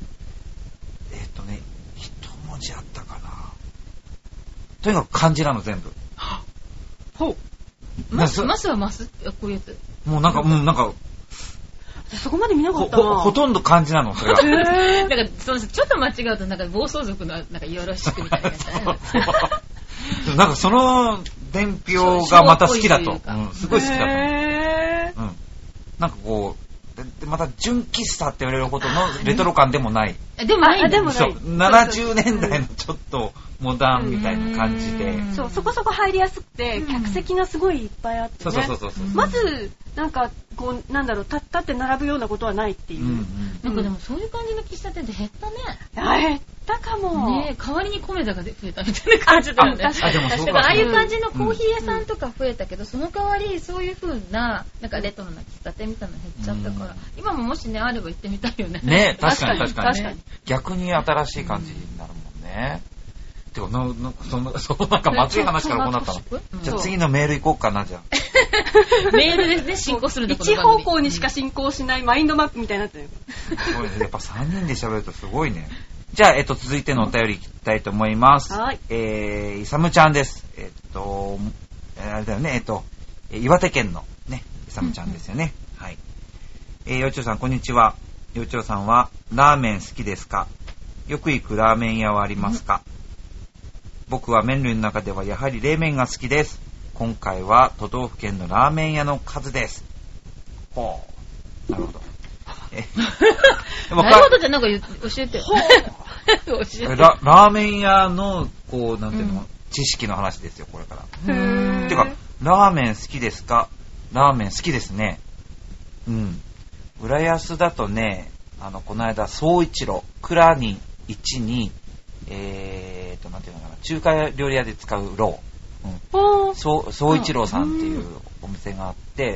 一文字あったかな。とにかく漢字なの、全部。 ほう。ますはますこういうやつ。 もうなんか、 そこまで見なかったな。 ほとんど漢字なの、それが。 なんか、ちょっと間違うと、なんか暴走族の、なんかよろしくみたいな感じ。 なんかその伝票がまた好きだと。すごい好きだと。なんかこう、でまた純喫茶って言われるほどのレトロ感でもない。 でもない。 そう、70年代のちょっとモダンみたいな感じで。 そう、そこそこ入りやすくて、客席がすごいいっぱいあってね。 そう。 まず、なんか、こう、なんだろう、立って並ぶようなことはないっていう。 なんかでもそういう感じの喫茶店って減ったね。 減ったかも。 ね、代わりに米田が増えたみたいな感じだよね。確かに。ああいう感じのコーヒー屋さんとか増えたけど、その代わりそういう風な、なんかレトロな喫茶店みたいなの減っちゃったから、今ももしね、あれば行ってみたいよね。 ね、確かに。逆に新しい感じになるもんね。てか、なんかまずい話からこうなったの。じゃあ次のメール行こうかな、じゃあ。 メールでね、進行するんだ。 一方向にしか進行しないマインドマップみたいになってる。 すごいね。やっぱ3人で喋るとすごいね。じゃあ、続いてのお便りいきたいと思います。 はい。 イサムちゃんです。あれだよね、岩手県のね、イサムちゃんですよね。はい。よちょうさん、こんにちは。よちょうさんは、ラーメン好きですか？よく行くラーメン屋はありますか？僕は麺類の中ではやはり冷麺が好きです。今回は都道府県のラーメン屋の数です。ほう。なるほど。 なるほどってなんか教えて。 ラーメン屋の、こう、なんていうの、知識の話ですよ、これから。てか、ラーメン好きですか？ラーメン好きですね。うん。浦安だとね、この間、総一郎、蔵に1に、なんていうのかな、中華料理屋で使うろう。総一郎さんっていうお店があって、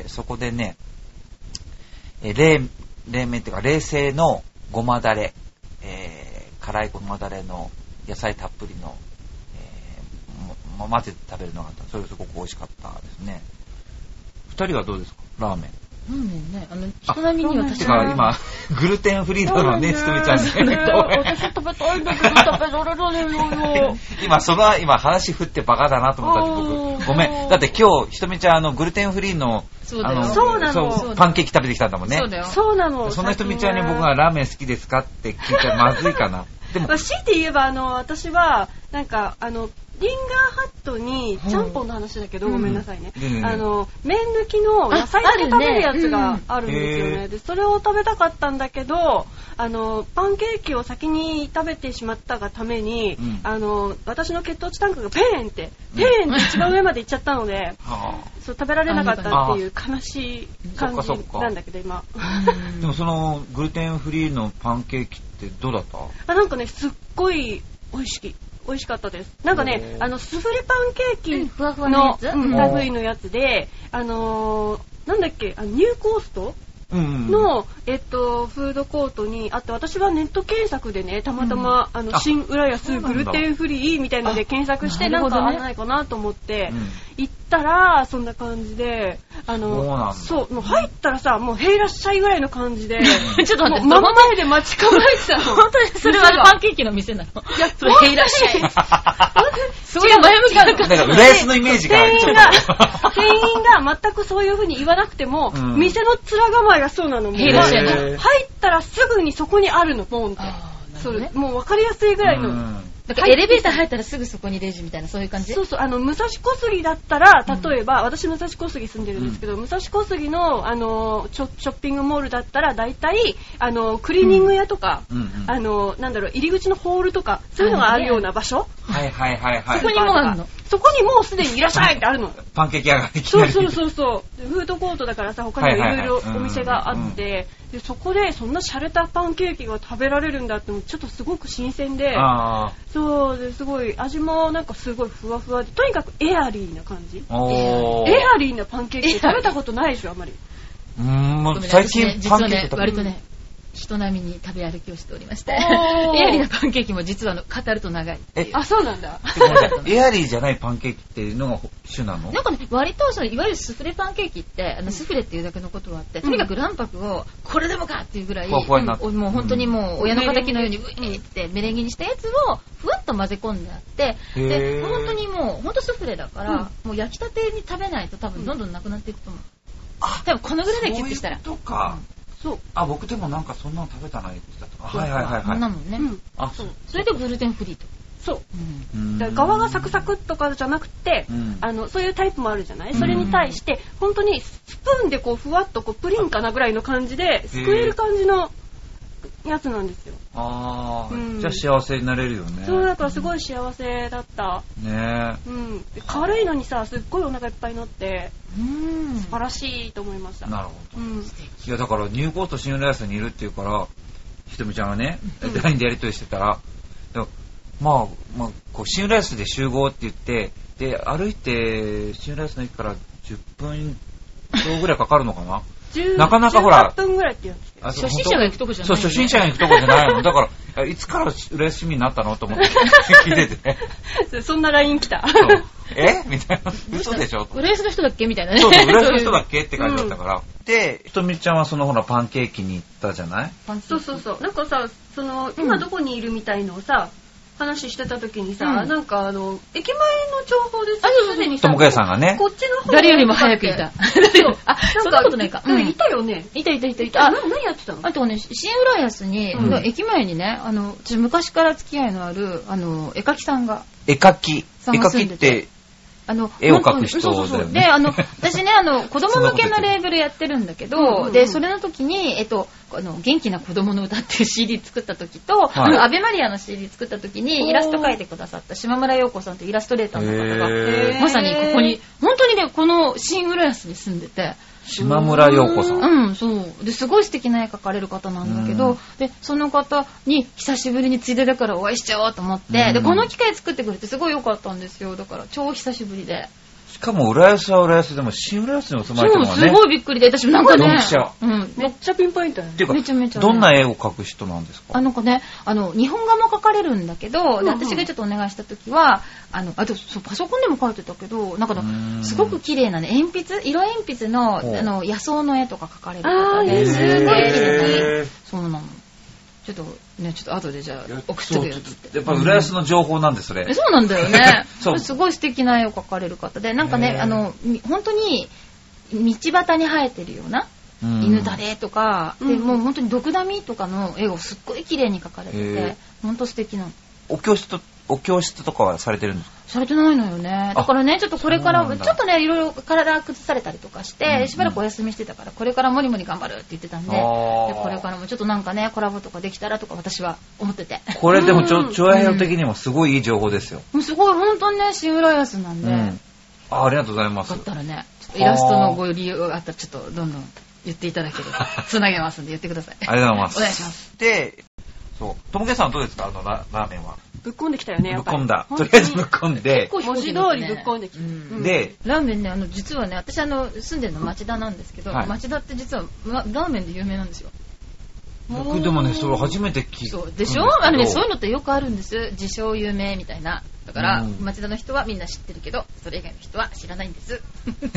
そこでね、冷麺っていうか、冷製のごまだれ、辛いごまだれの野菜たっぷりの、混ぜて食べるのがあった。それすごく美味しかったですね。二人はどうですか？ラーメン。 人並みに私は。今、グルテンフリーのね、ひとみちゃんね。 私食べたいんだけど食べられないよ。 今話振ってバカだなと思ったんで、僕。ごめん。だって今日、ひとみちゃん、グルテンフリーの、 そうなの。 パンケーキ食べてきたんだもんね。 そうなの。 そのひとみちゃんに僕がラーメン好きですかって聞いたらまずいかな。 でも、強いて言えば、私は、なんか、リンガーハットに、ちゃんぽんの話だけど、ごめんなさいね。麺抜きの野菜だけ食べるやつがあるんですよね。で、それを食べたかったんだけど、パンケーキを先に食べてしまったがために、私の血糖値タンクがペーンって一番上まで行っちゃったので、そう食べられなかったっていう悲しい感じなんだけど、今。 でもその、グルテンフリーのパンケーキってどうだった？ なんかね、すっごい美味しかったです。なんかね、スフレパンケーキふわふわの類のやつで、なんだっけ、ニューコーストの、フードコートにあって、私はネット検索でね、たまたま、新浦安グルテンフリーみたいので検索して、なんかないかなと思って、行ったら、そんな感じで、そう、もう入ったらさ、もう、へいらっしゃいぐらいの感じで、 ちょっと待って、 真ん前で待ち構えてたの。 本当にそれはパンケーキの店なの？いや、それへいらっしゃい。すごい前向きな感じ。 なんか、浦安のイメージが。 店員が全くそういう風に言わなくても、店の面構えがそうなの。 へいらっしゃい。 入ったらすぐにそこにあるの、ポンって。それ、もう分かりやすいぐらいの。 なんかエレベーター入ったらすぐそこにレジみたいな、そういう感じ？ そうそう、武蔵小杉だったら、例えば、私武蔵小杉住んでるんですけど、武蔵小杉の、ショッピングモールだったら、大体、クリーニング屋とか、なんだろう、入り口のホールとか、そういうのがあるような場所。 はい。 そこにもあるの？ そこにもうすでにいらっしゃいってあるの。 パンケーキ屋ができそう。フードコートだからさ、他にもいろいろお店があって、でそこでそんな洒落たパンケーキが食べられるんだってちょっとすごく新鮮で、そうですごい味もなんかすごいふわふわで、とにかくエアリーな感じ。エアリーなパンケーキ食べたことないでしょ、あんまり。 最近パンケーキ割とね、人並みに食べ歩きをしておりまして、エアリーなパンケーキも実は語ると長い。 そうなんだ。 エアリーじゃないパンケーキっていうのが主なの？ なんかね、割といわゆるスフレパンケーキって、スフレっていうだけのことはあって、とにかく卵白をこれでもかっていうぐらい、もう本当にもう親の敵のようにウィーってメレンゲにしたやつをふわっと混ぜ込んであって、で本当にもう本当スフレだから、もう焼きたてに食べないと多分どんどんなくなっていくと思う。多分このぐらいでキュッてしたら。 そういうことか。そう。僕でもなんかそんなの食べたないって言ったとか。はい。 そんなもんね。そう。それでグルテンフリーと。 そう。だから皮がサクサクとかじゃなくて、そういうタイプもあるじゃない？それに対して、本当にスプーンでこうふわっとこうプリンかなぐらいの感じで、すくえる感じのやつなんですよ。 じゃあ幸せになれるよね。 そう、だからすごい幸せだった。 ねえ。軽いのにさ、すっごいお腹いっぱいになって、素晴らしいと思いました。 なるほど。いや、だからニューコート新浦安にいるっていうから、ひとみちゃんがね、LINE でやりとりしてたら、こう新浦安で集合って言って、で、歩いて新浦安の駅から10分ぐらいかかるのかななかなかほら、 10分ぐらいって言うんですけど。 初心者が行くとこじゃない。 そう、初心者が行くとこじゃないの。だから、いつから浦安市民になったのと思って聞いてて。そんな LINE 来た。 みたいな。嘘でしょ浦安の人だっけみたいなね。 そう、浦安の人だっけって感じだったから。で、ひとみちゃんはそのほらパンケーキに行ったじゃない？ そう。なんかさ、今どこにいるみたいのをさ、話してた時にさ、なんか駅前の情報ですでにさ、 ともかやさんがね、 こっちの方誰よりも早くいた。そんなことないか。 いたよね。 いた。何やってたの？あとね、新浦安に、駅前にね、私昔から付き合いのある、絵描きさんが。 絵描きって、絵を描く人だよね。 で、私ね、子供向けのレーベルやってるんだけど、で、それの時に、元気な子供の歌っていう CD 作った時と、アベマリアの CD 作った時にイラスト描いてくださった島村陽子さんというイラストレーターの方が、まさにここに、本当にね、この新浦安に住んでて、 島村陽子さん。 そう。で、すごい素敵な絵描かれる方なんだけど、で、その方に久しぶりについでだからお会いしちゃおうと思って、で、この機会作ってくれてすごい良かったんですよ。だから超久しぶりで。 しかも浦安は浦安でも新浦安に住まれてるのはね。 すごいびっくりで、私もなんかね。 めっちゃピンポイントやね。 っていうか、めちゃめちゃどんな絵を描く人なんですか？ なんかね、日本画も描かれるんだけど、で私がちょっとお願いした時は、パソコンでも描いてたけど、なんかすごく綺麗なね、色鉛筆の、野草の絵とか描かれる方で、すごい綺麗に。そうなの。ちょっと後でじゃあ送っとくよって。 やっぱ浦安の情報なんでそれ。 そうなんだよね。すごい素敵な絵を描かれる方で、なんかね、本当に道端に生えてるような犬だれとか、でもう本当にドクダミとかの絵をすっごい綺麗に描かれてて、本当素敵なの。 お教室とかはされてるんですか？ されてないのよね。だからね、ちょっとこれから、ちょっとね、いろいろ体崩されたりとかして、しばらくお休みしてたから、これからもりもり頑張るって言ってたんで、これからもちょっとなんかね、コラボとかできたらとか私は思ってて。 これでも、チョアヘヨ的にもすごいいい情報ですよ。 すごい、本当にね、新浦安なんで。 ありがとうございます。 だったらね、ちょっとイラストのご利用があったら、ちょっとどんどん言っていただければ、つなげますんで言ってください。 ありがとうございます。 お願いします。 で、ともけさんはどうですか？ラーメンは。 ぶっこんできたよね、やっぱり。 ぶっこんだ。とりあえずぶっこんで。 文字通りぶっこんできた。 で、 ラーメンね、実はね、私住んでるの町田なんですけど、町田って実はラーメンで有名なんですよ。 僕でもね、それ初めて聞いた。 そうでしょ？そういうのってよくあるんです。自称有名みたいな。だから、町田の人はみんな知ってるけど、それ以外の人は知らないんです。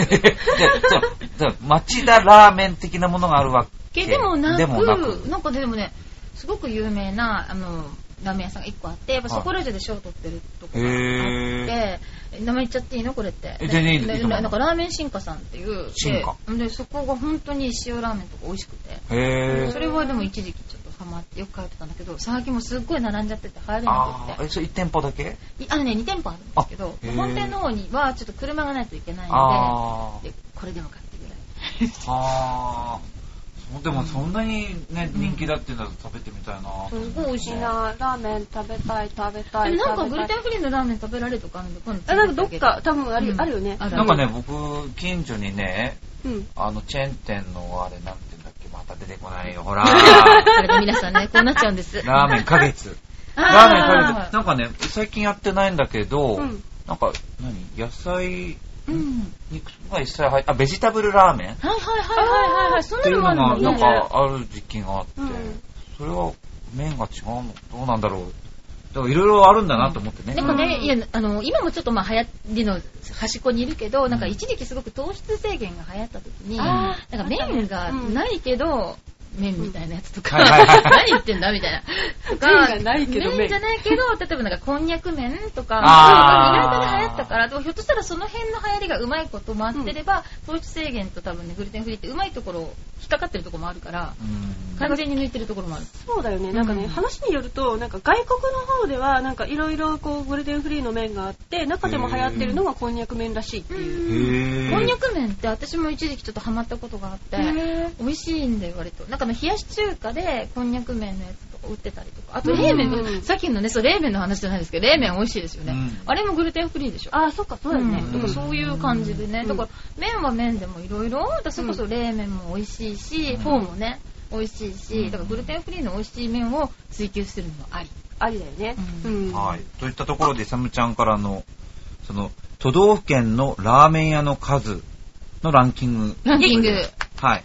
町田ラーメン的なものがあるわけでもなく、なんかでもね、すごく有名な、ラーメン屋さんが1個あって、やっぱそこら中で賞を取ってるとこがあって、名前言っちゃっていいのこれって。なんかラーメン進化さんっていう。で、そこが本当に塩ラーメンとか美味しくて。それはでも一時期ちょっとハマってよく通ってたんだけど、最近もすっごい並んじゃってて入れなくて。 それ1店舗だけ ？2店舗あるんですけど、本店の方にはちょっと車がないといけないので、これでも買ってぐらい。 でもそんなにね、人気だっていうのは食べてみたいな。 すごい美味しいな。ラーメン食べたい。 なんかグルテンフリーのラーメン食べられるとかあるんで、今度。 なんかどっか多分あるよね。 なんかね、僕、近所にね、チェーン店のあれなんて言うんだっけ、また出てこないよ、ほら。 それで皆さんね、こうなっちゃうんです。 ラーメン花月。ラーメン花月。なんかね、最近やってないんだけど、なんか、野菜、肉が一切入って、ベジタブルラーメンはい、そんなのもあるのね。なんかある時期があって、それは麺が違うのどうなんだろう。だからいろいろあるんだなと思ってね。 でもね、いや今もちょっと流行りの端っこにいるけど、なんか一時期すごく糖質制限が流行った時に、なんか麺がないけど。麺みたいなやつとか、何言ってんだみたいな。 麺がないけど麺じゃないけど、例えばなんかこんにゃく麺とか、意外と流行ったから、ひょっとしたらその辺の流行りがうまいこと回ってれば、糖質制限と多分ね、グルテンフリーってうまいところ、引っかかってるところもあるから、完全に抜いてるところもある。 そうだよね。なんかね、話によると、なんか外国の方では、なんかいろいろこう、グルテンフリーの麺があって、中でも流行ってるのがこんにゃく麺らしいっていう。 こんにゃく麺って私も一時期ちょっとハマったことがあって、美味しいんだよ、割と。なんか冷やし中華でこんにゃく麺のやつとか売ってたりとか、あと冷麺、さっきのね、冷麺の話じゃないですけど、冷麺美味しいですよね。あれもグルテンフリーでしょ。 そっか、そうだよね。 だからそういう感じでね、だから麺は麺でもいろいろ、それこそ冷麺も美味しいし、フォーもね、美味しいし、だからグルテンフリーの美味しい麺を追求するのもありだよね。 はい。といったところで、サムちゃんからの、都道府県のラーメン屋の数のランキング。はい。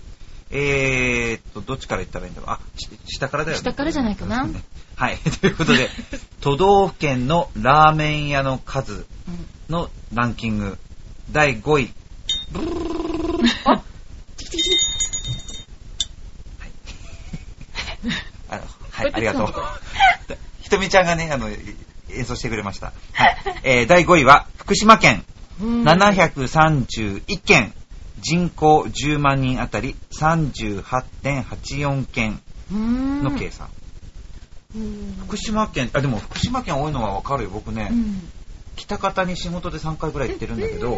どっちから言ったらいいんだろう。下からだよね。 下からじゃないかな。 はい。ということで、都道府県のラーメン屋の数のランキング、第5位。はい、ありがとう。ひとみちゃんがね、演奏してくれました。はい。第5位は、福島県、731件。人口10万人あたり 38.84 件の計算。福島県、でも福島県多いのはわかるよ。僕ね、北方に仕事で3回ぐらい行ってるんだけど、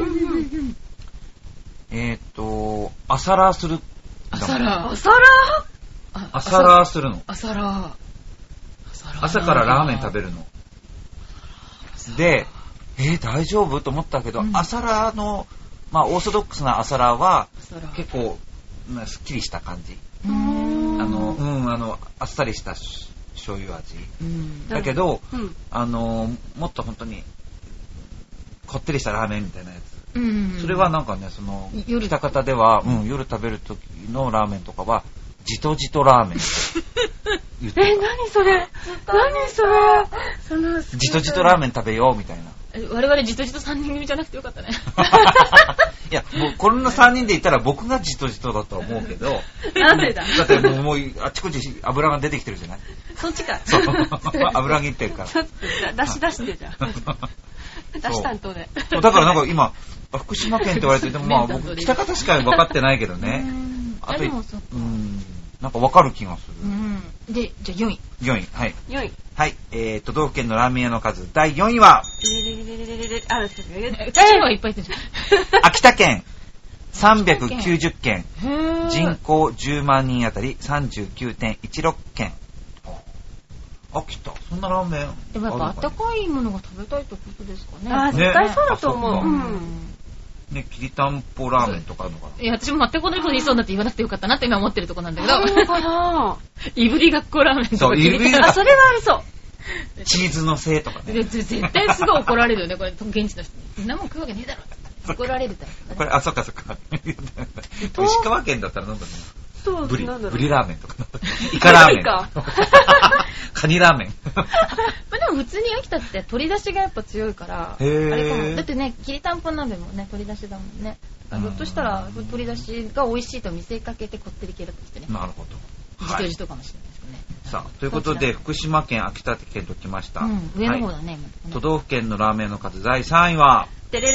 朝ラーする。 朝ラーするの。 朝からラーメン食べるの。で、大丈夫と思ったけど、朝ラーのオーソドックスな朝ラーは結構すっきりした感じ。あっさりした醤油味。だけど、もっと本当にこってりしたラーメンみたいなやつ。それはなんかね、北方では、夜食べる時のラーメンとかは、じとじとラーメン。 何それじとじとラーメン食べようみたいな。 我々じとじと3人組じゃなくてよかったね。 いや、もうこの3人でいたら僕がじとじとだと思うけど。 なんでだ？ だってもうあちこち油が出てきてるじゃない？ そっちか。 そう。油切ってるから。 出してじゃん。出し担当で。 だからなんか今、福島県って言われてても、まあ僕、北方しか分かってないけどね。あと、なんか分かる気がする。で、じゃあ4位。 4位、はい。 4位。 はい、都道府県のラーメン屋の数、第4位は、 いっぱい言ってる。 秋田県、390件。人口10万人あたり 39.16 件。秋田、そんなラーメン。 でもやっぱあったかいものが食べたいってことですかね。 絶対そうだと思う。 ね、きりたんぽラーメンとかあるのかな。 いや、私も全く同じこと言いそうになって言わなくてよかったなって今思ってるとこなんだけど。いぶりがっこラーメンとか。 そう、いぶりがっこ。 それはありそう。 チーズのせいとかね。 絶対すごい怒られるよね、これ、現地の人に。そんなもん食うわけねえだろ。怒られるから。 これ、そっか。石川県だったらなんだろう。 そう、 ブリラーメンとか。イカラーメン。カニラーメン。 まあでも普通に秋田って鶏出しがやっぱ強いから、あれかも。だってね、きりたんぽ鍋もね、鶏出しだもんね。ひょっとしたら鶏出しが美味しいと見せかけてこってり系だったりしてね。 なるほど。 じとじとかもしれないですけどね。 さあ、ということで、福島県、秋田県ときました。 上の方だね。 都道府県のラーメンの数、第3位は、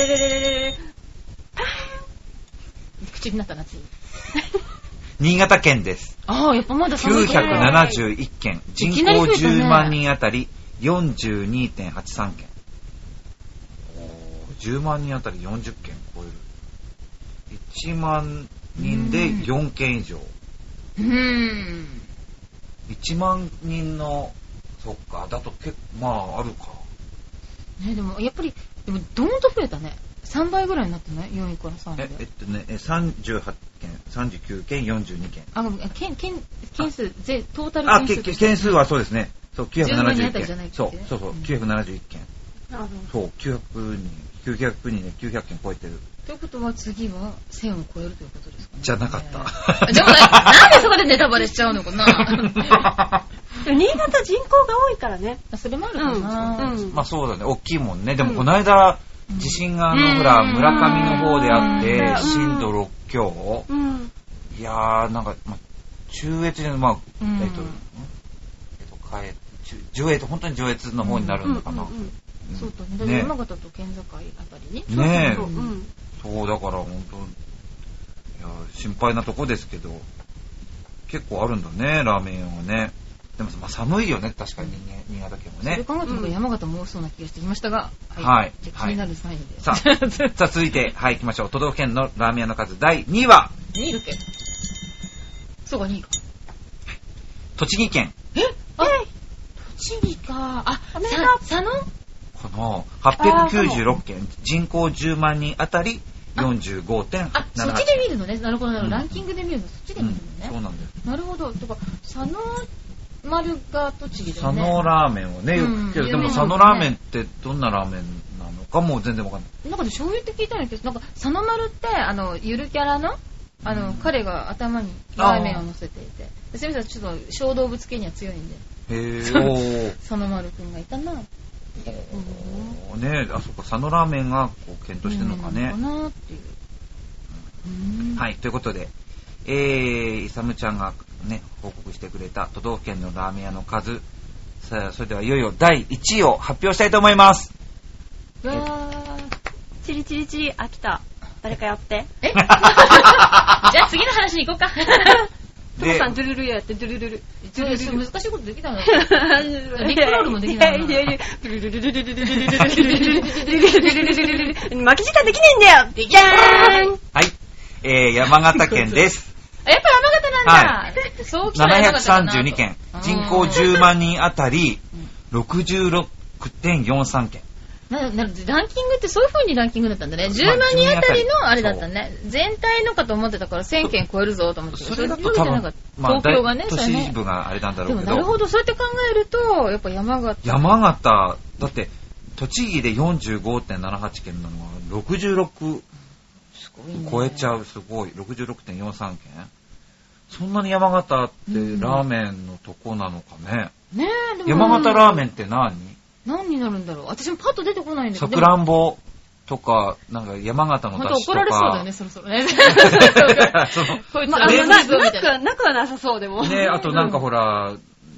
口になったな、つい。 新潟県です。 やっぱまだ 971件。人口10万人あたり 42.83 件。10万人あたり40件超える。1万人で4件以上。1万人の、そっか、だと結構、まあ、あるか。 ね、でも、やっぱり、どんと増えたね。3倍ぐらいになってない ?4 位から3位で。 38件、39件、42件。 件数、トータル件数。 件数はそうですね。そう、971件。そう、971件。そう、900人で900件超えてる。 ということは次は1000を超えるということですかね。 じゃなかった。 でもなんでそこでネタバレしちゃうのかな。 新潟人口が多いからね。 それもあるかな。 まあそうだね、大きいもんね。でもこの間、地震がほら、村上の方であって、震度6強。いやー、なんか、中越で、本当に上越の方になるのかな。 そうだね。山形と県境あたりに。 ねえ。そう、だから本当、いや、心配なとこですけど、結構あるんだね、ラーメン屋はね。でも、寒いよね、確かにね、新潟県もね。 それ考えても山形も多そうな気がしてきましたが。 はい。 じゃあ気になる3位で。 さあ、続いて、行きましょう。都道府県のラーメン屋の数、第2位は ?2 位だっけ？そうか、2位か。 栃木県。 栃木か。佐野？ この896件、人口10万人あたり 45.78。 そっちで見るのね。なるほど、ランキングで見るの、そっちで見るのね。 そうなんです。 なるほど。とか、佐野丸が栃木だよね。 佐野ラーメンをね、よく聞けど、でも佐野ラーメンってどんなラーメンなのかもう全然わかんない。 なんか醤油って聞いたんだけど、なんか佐野丸ってゆるキャラの彼が頭にラーメンを乗せていて、すみません、ちょっと小動物系には強いんで。佐野丸くんがいたな。ねえ、あそこ佐野ラーメンがこう検討してるのかね。はい、ということで、イサムちゃんがね報告してくれた都道府県のラーメン屋の数。さあ、それではいよいよ第1位を発表したいと思います。 チリチリチリ、秋田。誰かやって。 じゃあ次の話に行こうか。 トモさん、ドゥルルやって、ドゥルルル。 難しいことできたの？リックロールもできないの？ 巻き舌できないんだよ。 できない。 はい。山形県です。 やっぱ山形なんだ。そうきたら 732件。人口10万人あたり 66.43 件。 ランキングってそういう風にランキングだったんだね。10万人あたりのあれだったね。全体のかと思ってたから1000件超えるぞと思って。 それだと多分、 東京がね、 都市部があれなんだろうけど。 でもなるほど、そうやって考えると、やっぱ山形。 だって、 栃木で 45.78 件なのは66超えちゃう。すごい。66.43 件。そんなに山形ってラーメンのとこなのかね。 ねえ、でも山形ラーメンって何になるんだろう。私もパッと出てこないんだけど。 さくらんぼとか、なんか山形のだしとか。 怒られそうだよね、そろそろね。 こいつらなくはなさそうでも。 ね、あとなんかほら、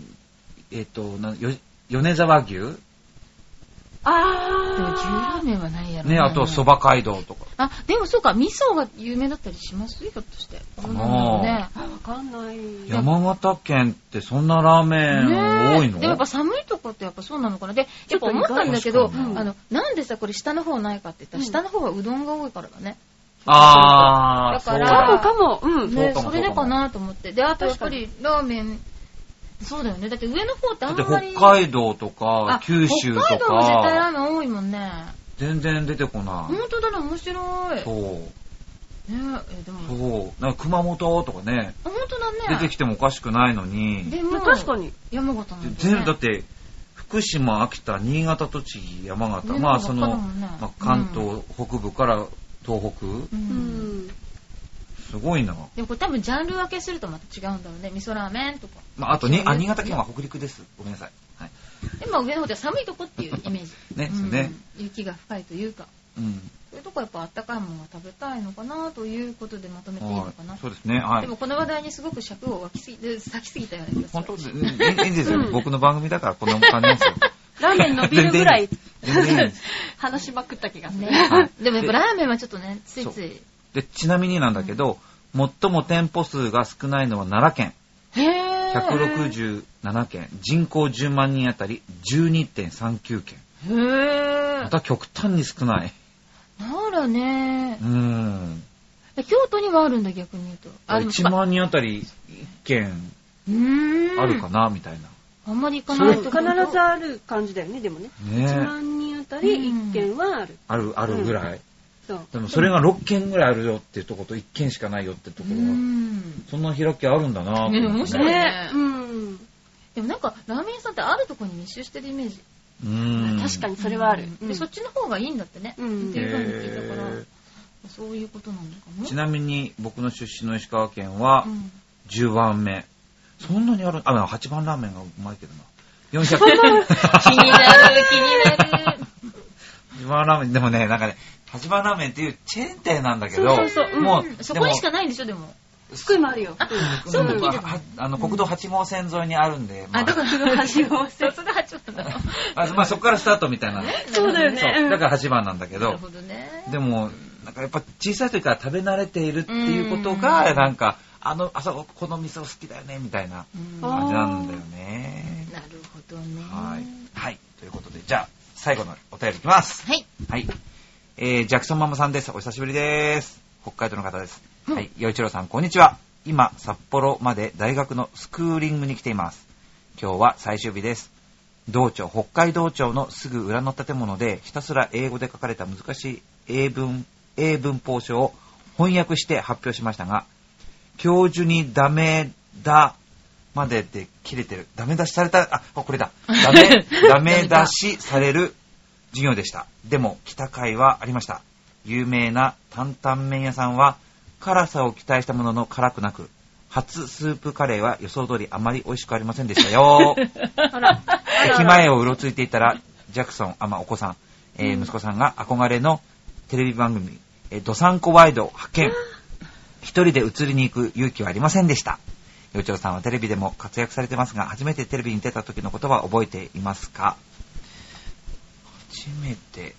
米沢牛でも牛ラーメンはないやろね。あと蕎麦街道とか。 あ、でもそうか、味噌が有名だったりします？ひょっとして。 かなぁ。 ね。わかんない。 山形県ってそんなラーメン多いの？ でもやっぱ寒いとこってやっぱそうなのかな。で、やっぱ思ったんだけど、なんでさ、これ下の方ないかって言ったら、下の方はうどんが多いからだね。 あー。だから、 かも。 ね、それでかなと思って。で、あとやっぱりラーメン、そうだよね。だって上の方ってあんまり。 北海道とか、九州とか。 北海道も絶対ラーメン多いもんね。 全然出てこない。 本当だね、面白い。 そう。 ねでも。 そう。なんか熊本とかね。 本当だね。 出てきてもおかしくないのに。 でも、 確かに。 山形なんだね。 全部だって、福島、秋田、新潟、栃木、山形。まあその、関東北部から東北。すごいな。 でもこれ多分ジャンル分けするとまた違うんだろうね。味噌ラーメンとか。 まあ、あと新潟県は北陸です。ごめんなさい。はい。 でも上の方では寒いとこっていうイメージ。 ね、ですね。 雪が深いというか。そういうとこはやっぱあったかいものが食べたいのかなということでまとめていいのかな。 そうですね。はい。 でもこの話題にすごく尺を割きすぎたような気がする。 本当いいんですよ。僕の番組だからこんな感じですよ。 ラーメン伸びるぐらい話しまくった気がする。 でもやっぱラーメンはちょっとね、ついつい。 で、ちなみになんだけど、最も店舗数が少ないのは奈良県。167件。人口10万人あたり 12.39 件。また極端に少ない。 奈良ね。京都にはあるんだ、逆に言うと。 1万人あたり1件あるかな、みたいな。 あんまり行かないと。 必ずある感じだよね、でもね。1万人あたり1件はある。 あるぐらい。でもそれが6件ぐらいあるよっていうところと1件しかないよってところはそんな開きあるんだなぁ。 面白いね。でもなんかラーメン屋さんってあるところに密集してるイメージ。 確かにそれはある。 でそっちの方がいいんだってね。っていう風に聞いたからそういうことなんだかも。 ちなみに僕の出身の石川県は10番目。そんなにある。8番ラーメンがうまいけどな。400 気になる。 8番ラーメンでもね、なんかね。8番ラーメンっていうチェーン店なんだけど、もうそこにしかないんでしょでも。 福井もあるよ。 そうなんだ。 国道8号線沿いにあるんで、 だから国道8号線。それ8番だろ。 まあそこからスタートみたいな。 そうだよね。 だから8番なんだけど。 なるほどね。 でもなんかやっぱ小さい時から食べ慣れているっていうことがなんかこの味噌好きだよねみたいな感じなんだよね。 なるほどね。 はいということでじゃあ最後のお便りいきます。はい。ジャクソンママさんです。お久しぶりです。北海道の方です。はい、陽一郎さんこんにちは。今札幌まで大学のスクーリングに来ています。今日は最終日です。北海道庁のすぐ裏の建物でひたすら英語で書かれた難しい英文法書を翻訳して発表しましたが、教授にダメだまでで切れてる。ダメ出しされた、これだ。ダメ出しされる授業でした。でも来た甲斐はありました。有名な担々麺屋さんは辛さを期待したものの辛くなく、初スープカレーは予想通りあまり美味しくありませんでしたよ。駅前をうろついていたらジャクソン、お子さん、息子さんが憧れのテレビ番組、ドサンコワイドを発見。一人で映りに行く勇気はありませんでした。陽一郎さんはテレビでも活躍されてますが、初めてテレビに出た時のことは覚えていますか？初めて、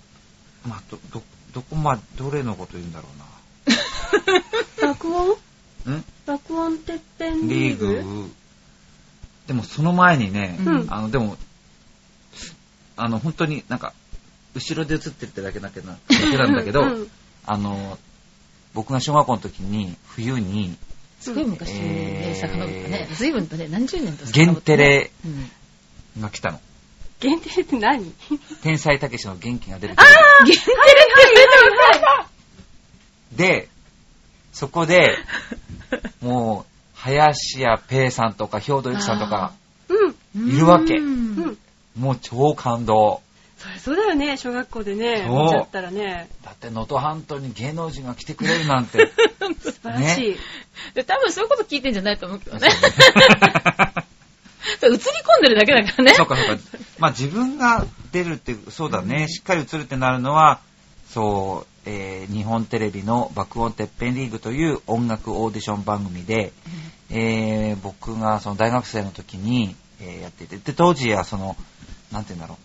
どれのこと言うんだろうな。爆音てっぺんリーグ。 でもその前にね、でも本当になんか後ろで映ってるってだけなんだけど、僕が小学校の時に冬にすごい昔に遡ったね。随分とね、何十年と限テレが来たの。 限テレって何？ 天才たけしの元気が出る。 限テレで、そこで、もう、林家ペイさんとか、兵藤由紀さんとか、いるわけ。もう超感動。 そうだよね、小学校でね、見ちゃったらね。 だって能登半島に芸能人が来てくれるなんて。 素晴らしい。 で多分そういうこと聞いてんじゃないと思うけどね。映り込んでるだけだからね。 そうか。まあ自分が出るって、そうだね、しっかり映るってなるのは、そう、日本テレビの爆音てっぺんリーグという音楽オーディション番組で、僕がその大学生の時に、やっていて、で当時はそのなんていうんだろう、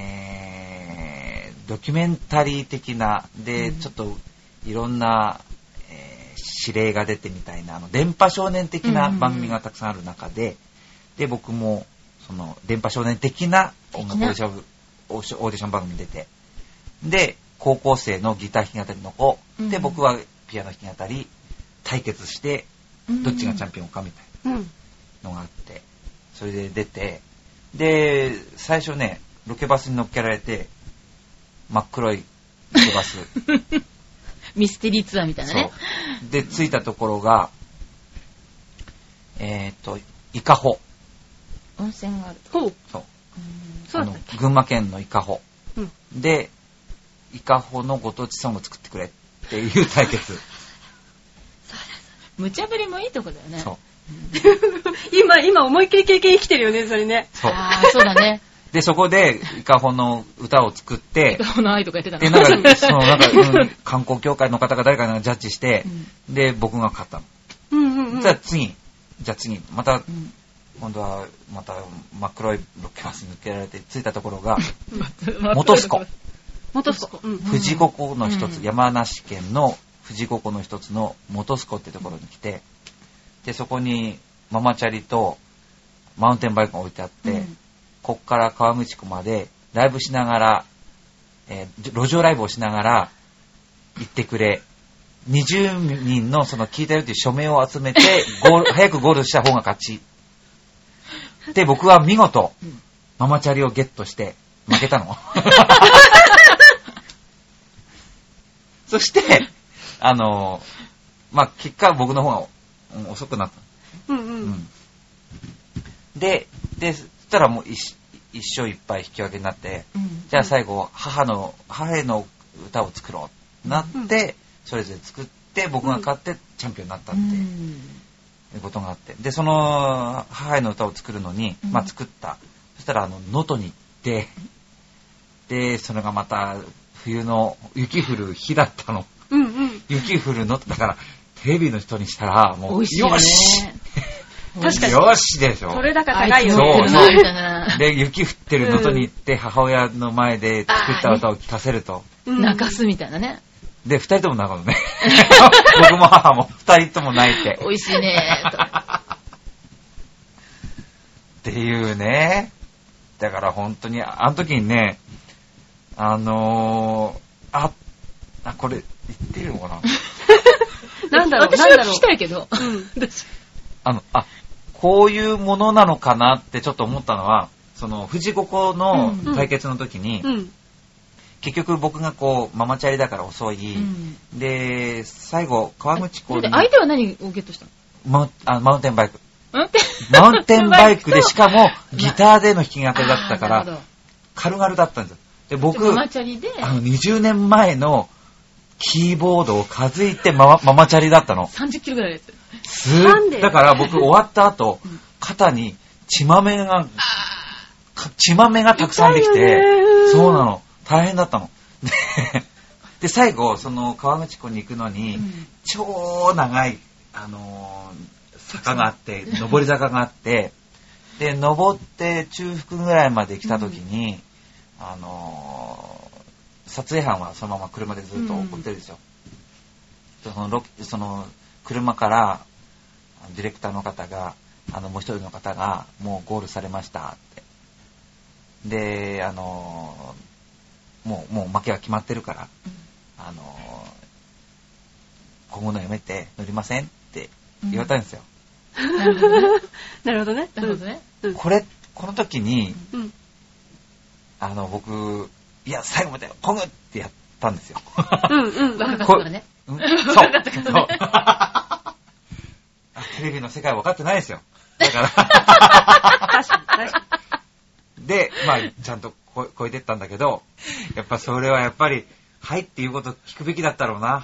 ドキュメンタリー的なで、ちょっといろんな、指令が出てみたいな電波少年的な番組がたくさんある中で、で僕もその電波少年的な音楽オーディション番組に出て、で高校生のギター弾き語りの子、で僕はピアノ弾き語り対決してどっちがチャンピオンかみたいなのがあって、それで出て、で最初ねロケバスに乗っけられて、真っ黒いロケバスミステリーツアーみたいなね。 そうで着いたところが伊香保温泉がある。 そう群馬県の伊香保、で伊香保のご当地ソング作ってくれっていう対決。 無茶ぶりもいいとこだよね。 そう今思いっきり経験生きてるよね、それね。 そうだね。 でそこで伊香保の歌を作って、 伊香保の愛とか言ってたでなんか観光協会の方が誰かがジャッジして、で僕が勝ったの。じゃあ次また、今度はまた真っ黒いロケバスに抜けられて着いたところが本栖湖。富士五湖の一つ、山梨県の富士五湖の一つの本栖湖ってところに来て、でそこにママチャリとマウンテンバイクが置いてあって、こっから河口湖までライブしながら、路上ライブをしながら行ってくれ、20人のその聞いたよっていう署名を集めて早くゴールした方が勝ちで、僕は見事ママチャリをゲットして負けたのそしてまあ結果僕の方が遅くなった。でそしたらもう一勝一敗引き分けになって、じゃあ最後母への歌を作ろうなって、それぞれ作って僕が勝ってチャンピオンになったっていうことがあって、でその母への歌を作るのに、まあ作った。そしたら能登に行って、でそれがまた冬の雪降る日だったの。雪降るのだからテレビの人にしたらもう、よし確かによしでしょ。 それだから高いよね。 そうで雪降ってる能登に行って母親の前で作った歌を聴かせると、 泣かすみたいなね。 で2人とも泣くのね僕も母も2人とも泣いて美味しいねとっていうね。だから本当にあの時にね、これ言っていいのかななんだろう、 私は聞きたいけど、 こういうものなのかなってちょっと思ったのは、その富士五湖の対決の時に、結局僕がこうママチャリだから遅い、で最後川口湖に相手は何をゲットしたの？マウンテンバイク。マウンテンバイクでしかもギターでの弾き語りだったから軽々だったんですよ。で僕ママチャリで 20年前のキーボードを担いでママチャリだったの。 30キロぐらいのやつ。 だから僕終わった後、肩に血まめがたくさんできて、そうなの。大変だったの。で最後その川口湖に行くのに、超長い坂があって、上り坂があって、で登って中腹ぐらいまで来た時に、撮影班はそのまま車でずっと追ってるんですよ。その車からディレクターの方がもう一人の方がもうゴールされましたってでもう負けは決まってるから、今後のやめて乗りませんって言われたんですよ。 なるほどね。 この時に、僕いや最後までこぐってやったんですよ。 分かったからね。 そう。テレビの世界分かってないですよ。だから。 確かに。 で、まあちゃんとこ超えてったんだけど、やっぱそれはやっぱり、はいっていうこと聞くべきだったろうな。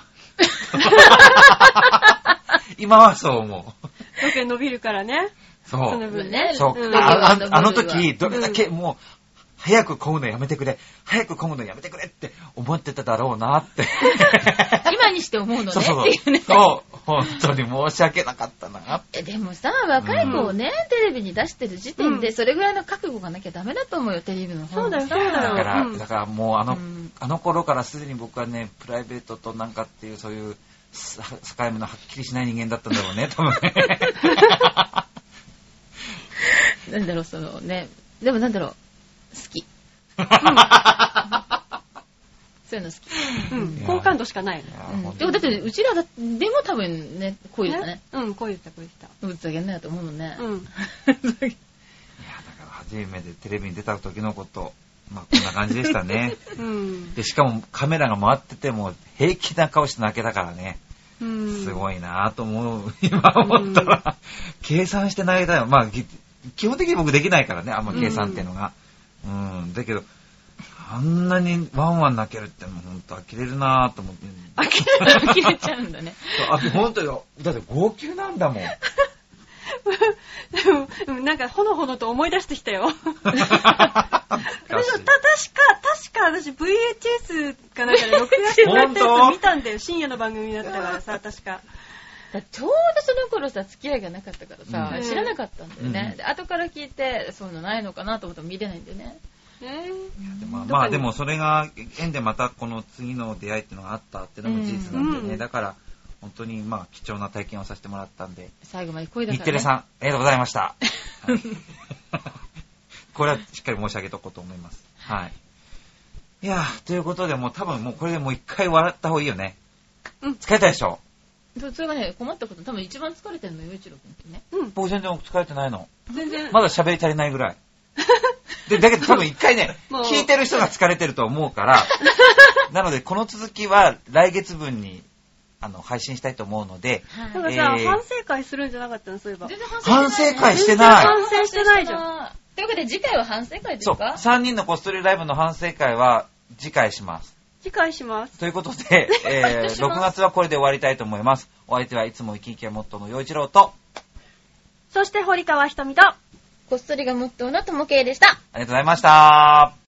今はそう思う。 時計伸びるからね。 そう。 その分ね。 そう。あの時、どれだけもう、早く漕ぐのやめてくれ、早く漕ぐのやめてくれって思ってただろうなって。 今にして思うのねっていうね。 そう。本当に申し訳なかったな。 でもさ、若い子をね、テレビに出してる時点で、それぐらいの覚悟がなきゃダメだと思うよ、テレビの方が。 そうだよ。 だからもうあの頃からすでに僕はね、プライベートとなんかっていうそういう境目のはっきりしない人間だったんだろうね、多分ね。 なんだろう、そのね、でもなんだろう、好き。そういうの好き。 好感度しかないの。でもだって、うちらでも多分ね、恋だね。 恋だった。 ぶっちゃけんなよと思うもんね。いや、 だから初めてテレビに出た時のこと、まあこんな感じでしたね。で、しかもカメラが回ってても平気な顔して泣けたからね。すごいなぁと思う。今思ったら、計算して泣いたよ。まあ、基本的に僕できないからね、あんま計算っていうのが。だけど、あんなにワンワン泣けるってもうほんと呆れるなぁと思って。 呆れちゃうんだね。 ほんとよ。だって号泣なんだもん。 なんかほのほのと思い出してきたよ。確か私 VHS かなんかで録画してもらったやつ見たんだよ。深夜の番組だったからさ、確か。 ちょうどその頃さ、付き合いがなかったからさ、知らなかったんだよね。で後から聞いて、そういうのないのかなと思っても見れないんだよね。 まあでもそれが縁でまたこの次の出会いっていうのがあったっていうのも事実なんでね。だから本当にまあ貴重な体験をさせてもらったんで。 最後まで恋だからね。 日テレさん、ありがとうございました。これはしっかり申し上げとこうと思います。はい。いやということでもう多分もうこれでもう一回笑った方がいいよね。疲れたでしょ。 それがね、困ったこと、多分一番疲れてるのよ、一郎君ってね。 僕全然疲れてないの。 全然。 まだ喋り足りないぐらい。だけど多分一回ね、聞いてる人が疲れてると思うから、なのでこの続きは来月分に配信したいと思うので。 なんかさ、反省会するんじゃなかったの、そういえば。 反省会してない。 反省してないじゃん。 ということで次回は反省会ですか？ そう、3人のこっそりライブの反省会は次回します。 次回します。 ということで、6月はこれで終わりたいと思います。お相手はいつも生き生きがモットーの陽一郎と、 そして堀川ひとみと、 こっそりがモットーのともけいでした。 ありがとうございました。